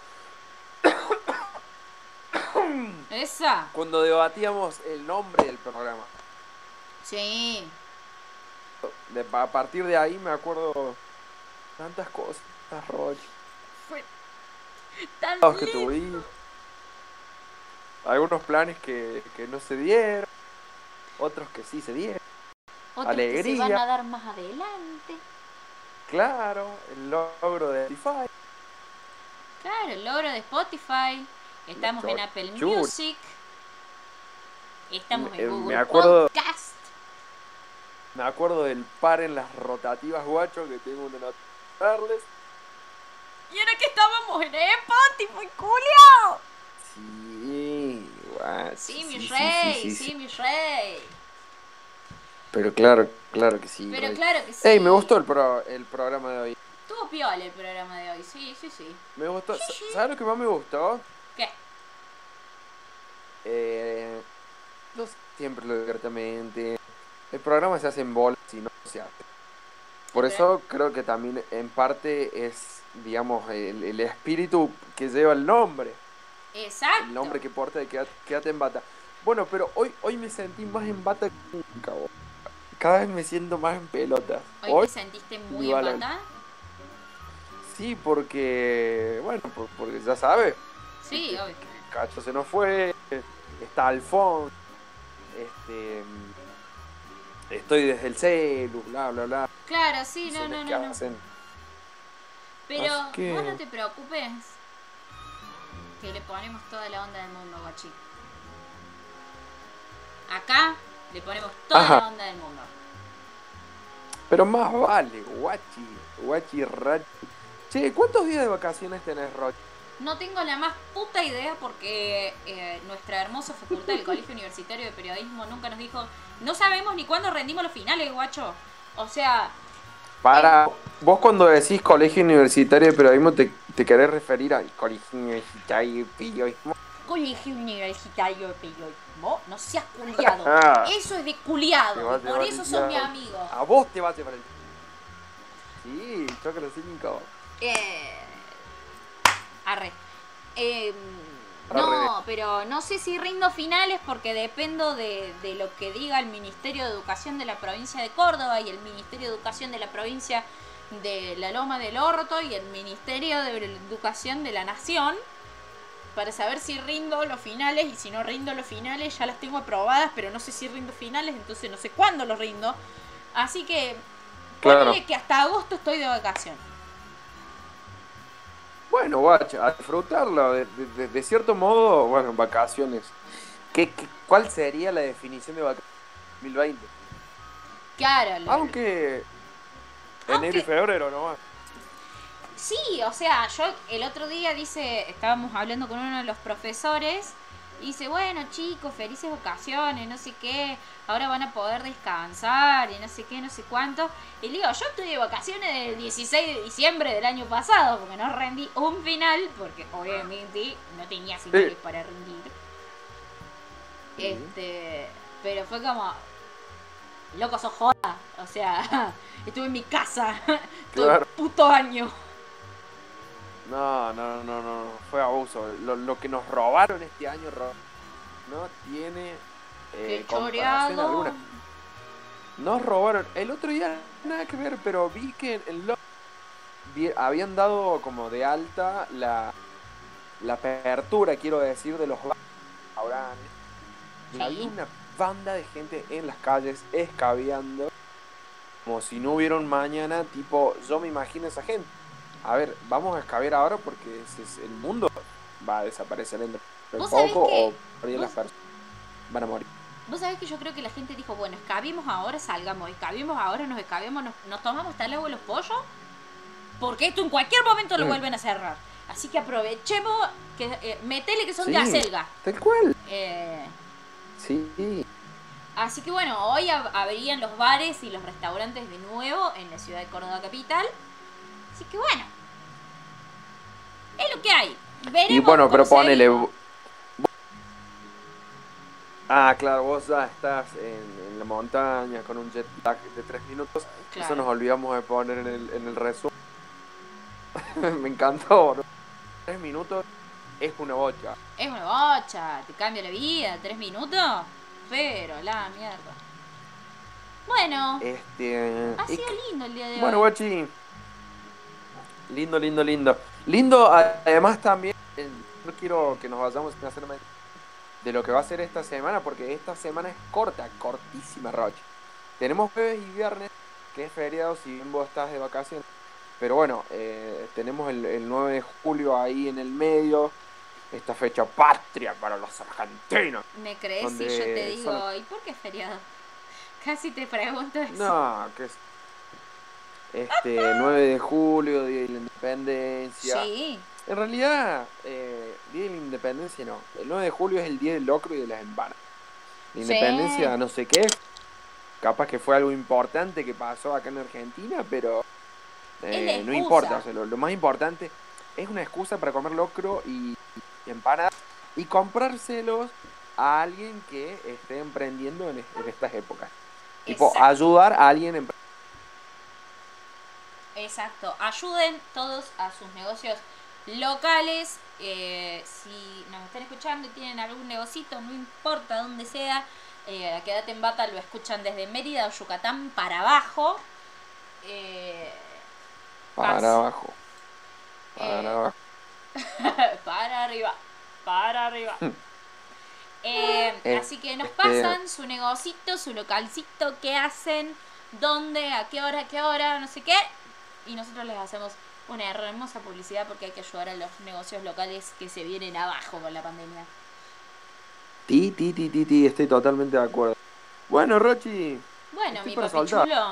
Esa. Cuando debatíamos el nombre del programa. Sí. De- a partir de ahí me acuerdo tantas cosas, Roche. Fue tan Que lindo. tuvimos. Algunos planes que, que no se dieron. Otros que sí se dieron. Otros que se van Alegría. a dar más adelante. Claro, el logro de Spotify. Claro, el logro de Spotify. Estamos Cho- en Apple chur. Music. Estamos Me- en eh, Google me acuerdo- Podcast. Me acuerdo del par en las rotativas, guacho, que tengo una nota para darles. Y ahora que estábamos en Spotify, Julio. Sí, guacho. Sí, mi sí, rey, sí, sí, sí, sí. mi rey. Pero claro, claro que sí. Pero rey. claro que sí. Ey, me gustó el, pro- el programa de hoy. Estuvo piola el programa de hoy, sí, sí, sí. Me gustó. Sí, sí. ¿Sabes lo que más me gustó? ¿Qué? Eh, no sé, siempre lo directamente. El programa se hace en bolas y no se hace. Por Ok. eso creo que también en parte es, digamos, el, el espíritu que lleva el nombre. Exacto. El nombre que porta de Quédate, Quédate en Bata. Bueno, pero hoy, hoy me sentí más en bata que nunca, bo. Cada vez me siento más en pelotas. ¿Hoy Hoy, te sentiste muy igual en al- bata? sí, porque, bueno, por- porque ya sabes, Sí, obvio. Cacho se nos fue, está Alfonso, este, estoy desde el celu, bla, bla, bla. Claro, sí, no, decisiones no, que no, no. hacen. Pero Así que- vos no te preocupes, que le ponemos toda la onda del mundo, guachi. Acá le ponemos toda Ajá. la onda del mundo. Pero más vale, guachi, guachi, rachi. Che, ¿cuántos días de vacaciones tenés, Rochi? No tengo la más puta idea porque eh, nuestra hermosa facultad del Colegio Universitario de Periodismo nunca nos dijo, no sabemos ni cuándo rendimos los finales, guacho. O sea, Para, vos cuando decís colegio universitario de periodismo, ¿te, te querés referir al colegio universitario de periodismo? Colegio Universitario de Periodismo, no seas culiado. Ah. Eso es de Te culiado vas y a por llevar eso el son mi diablo. amigo. A vos te vas a llevar el... Sí, choca los cinco. Eh, arre. Eh, Arre. no, pero no sé si rindo finales porque dependo de, de lo que diga el Ministerio de Educación de la provincia de Córdoba y el Ministerio de Educación de la provincia de la Loma del Orto y el Ministerio de Educación de la Nación para saber si rindo los finales, y si no rindo los finales ya las tengo aprobadas, pero no sé si rindo finales, entonces no sé cuándo los rindo. Así que Claro. ponele que hasta agosto estoy de vacaciones. Bueno, guacho, a disfrutarlo. De, de- de- de cierto modo, bueno, vacaciones. ¿Qué, qué, cuál sería la definición de vacaciones dos mil veinte? Claro, lo- Aunque... Aunque- Enero y febrero nomás. Sí, o sea, yo el otro día dice, estábamos hablando con uno de los profesores y dice, bueno chicos, felices vacaciones, no sé qué, ahora van a poder descansar y no sé qué, no sé cuánto. Y le digo, yo estoy de vacaciones del dieciséis de diciembre del año pasado porque no rendí un final, porque obviamente no tenía finales Sí. para rendir. Sí. Este, pero fue como, loco, sos joda, o sea, estuve en mi casa todo Claro. el puto año. No, no, no, no, no, fue abuso. Lo, lo que nos robaron este año ro- no tiene Qué eh, comparación choreado. alguna. Nos robaron. El otro día nada que ver, pero vi que en lo vi- habían dado como de alta la la apertura, quiero decir, de los restaurantes. Y Sí. había una banda de gente en las calles escabeando, como si no hubiera un mañana, tipo, yo me imagino esa gente. A ver, vamos a escabear ahora porque ese es- el mundo va a desaparecer dentro de Vos sabés poco que, o por ahí las vos, personas van a morir. vos sabés que yo creo que la gente dijo, bueno, escabimos ahora, salgamos, escabimos ahora, nos escabemos, nos, nos tomamos hasta el agua de los pollos, porque esto en cualquier momento lo Mm. vuelven a cerrar. Así que aprovechemos, que eh, metele que son de Sí, acelga. tal cual. Eh, Sí. así que bueno, hoy ab- abrían los bares y los restaurantes de nuevo en la ciudad de Córdoba capital. Así que bueno, es lo que hay. Y Veremos bueno, cómo pero ponele. seguimos. Ah, claro, vos ya estás en, en la montaña con un jet lag de tres minutos. Eso nos Claro. olvidamos de poner en el, en el resumen. Me encantó, ¿no? Tres minutos es una bocha. Es una bocha, te cambia la vida, tres minutos. Pero la mierda. Bueno, Este. ha y sido lindo el día de Bueno, hoy. guachi. Lindo, lindo, lindo. Lindo, además también. eh, No quiero que nos vayamos sin hacer mención de lo que va a ser esta semana, porque esta semana es corta, cortísima, Roche. Tenemos jueves y viernes, que es feriado, si bien vos estás de vacaciones. Pero bueno, eh, tenemos el, el nueve de julio ahí en el medio, esta fecha patria para los argentinos. ¿Me crees donde si yo te digo, son- ¿y por qué es feriado? Casi te pregunto eso. No, que es este nueve de julio, Día de la Independencia. Sí, En realidad, eh, Día de la Independencia no. El nueve de julio es el Día del Locro y de las Empanadas. La sí. Independencia no sé qué es. Capaz que fue algo importante que pasó acá en Argentina, pero Es la eh, no excusa. importa. O sea, lo, lo más importante es una excusa para comer locro y, y empanadas y comprárselos a alguien que esté emprendiendo en, es- en estas épocas. Tipo, Exacto. ayudar a alguien en Exacto, ayuden todos a sus negocios locales. Eh, si nos están escuchando y tienen algún negocito, no importa dónde sea, eh, a Quédate en Bata lo escuchan desde Mérida o Yucatán para abajo. Eh, para pas- abajo. Para eh, abajo. para arriba, para arriba. Eh, Eh, así que nos este, pasan su negocito, su localcito, qué hacen, dónde, a qué hora, a qué hora, no sé qué. Y nosotros les hacemos una hermosa publicidad porque hay que ayudar a los negocios locales que se vienen abajo con la pandemia. Ti, ti, ti, ti, ti, estoy totalmente de acuerdo. Bueno, Rochi, Bueno, estoy mi para papi soltar. chulo,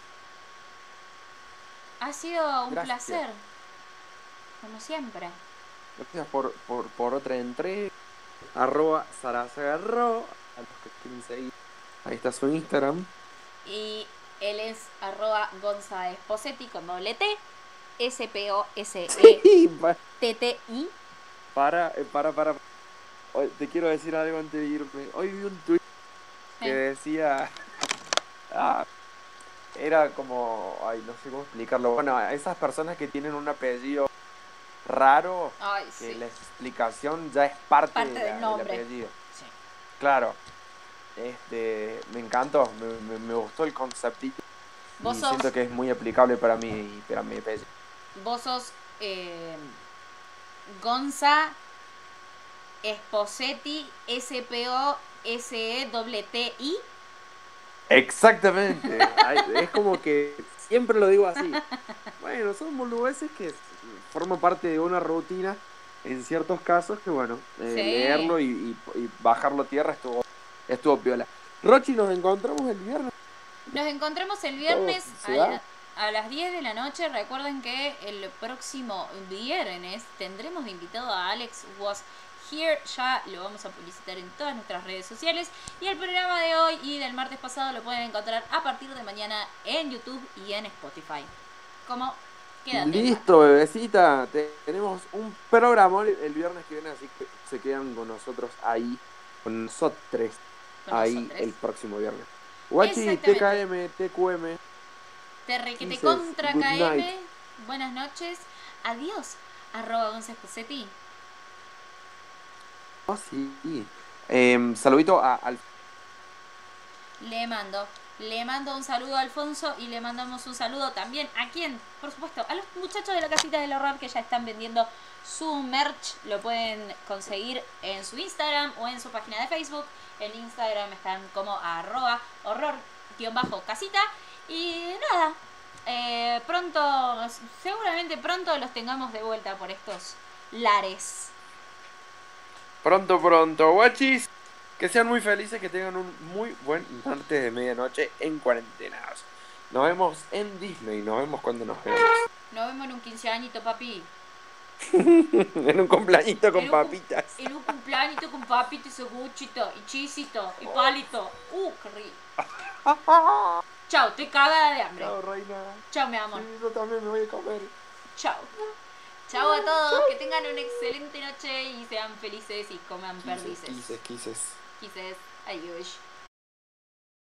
ha sido un Gracias. placer, como siempre. Gracias por, por, por otra entrega. Arroba Sarazagarro. A los que quieren seguir. Ahí está su Instagram. Y él es arroba Gonza Esposetti con doble T, S P O S E Sí, pa- T T I. para, eh, para, para. Hoy, te quiero decir algo antes de irme. Hoy vi un tweet que Eh. decía. ah, era como. Ay, no sé cómo explicarlo. Bueno, a esas personas que tienen un apellido raro, Ay, que sí. la explicación ya es parte, Parte de del la- del nombre. apellido. Sí. Claro. Este, me encantó, me, me, me gustó el conceptito. Vos Y sos, siento que es muy aplicable para mí, para mi apellido. vos sos eh, Gonza Esposetti, S P O S E T T I. Exactamente. Ay, es como que siempre lo digo así. Bueno, son boludeces que forman parte de una rutina en ciertos casos que, bueno, eh, Sí. leerlo y, y- y bajarlo a tierra estuvo, estuvo piola. Rochi, nos encontramos el viernes. Nos encontramos el viernes Todo a, se da. la- a las diez de la noche. Recuerden que el próximo viernes tendremos de invitado a Alex Was Here. Ya lo vamos a publicitar en todas nuestras redes sociales. Y el programa de hoy y del martes pasado lo pueden encontrar a partir de mañana en YouTube y en Spotify. Como Quédate en Bata. Listo, bebecita. Te- tenemos un programa el, el viernes que viene, así que se quedan con nosotros ahí, con nosotros, Con ahí nosotros. el próximo viernes. Guachi, Exactamente. T K M, T Q M. Te que te Dices, contra good K M. night. Buenas noches. Adiós. Arroba Gonza Esposetti. Oh, sí. Em, saludito a, al Le mando, le mando un saludo a Alfonso y le mandamos un saludo también a quién, por supuesto, a los muchachos de la casita del horror que ya están vendiendo Su merch lo pueden conseguir en su Instagram o en su página de Facebook. En Instagram están como arroba horror-casita. Y nada, eh, pronto, seguramente pronto los tengamos de vuelta por estos lares. Pronto, pronto, guachis. Que sean muy felices, que tengan un muy buen martes de medianoche en cuarentenados. Nos vemos en Disney, nos vemos cuando nos vemos. Nos vemos en un quinceañito, papi. En un cumpleañito con en un, papitas. En un cumpleañito con papitas y seguchito, y chisito, y palito. Uh, qué rico. Chao, estoy cagada de hambre. Chao, reina. Chao, mi amor. Sí, yo también me voy a comer. Chao. Chao a todos, que tengan una excelente noche y sean felices y coman perdices. Quises, quises. Quises, adiós.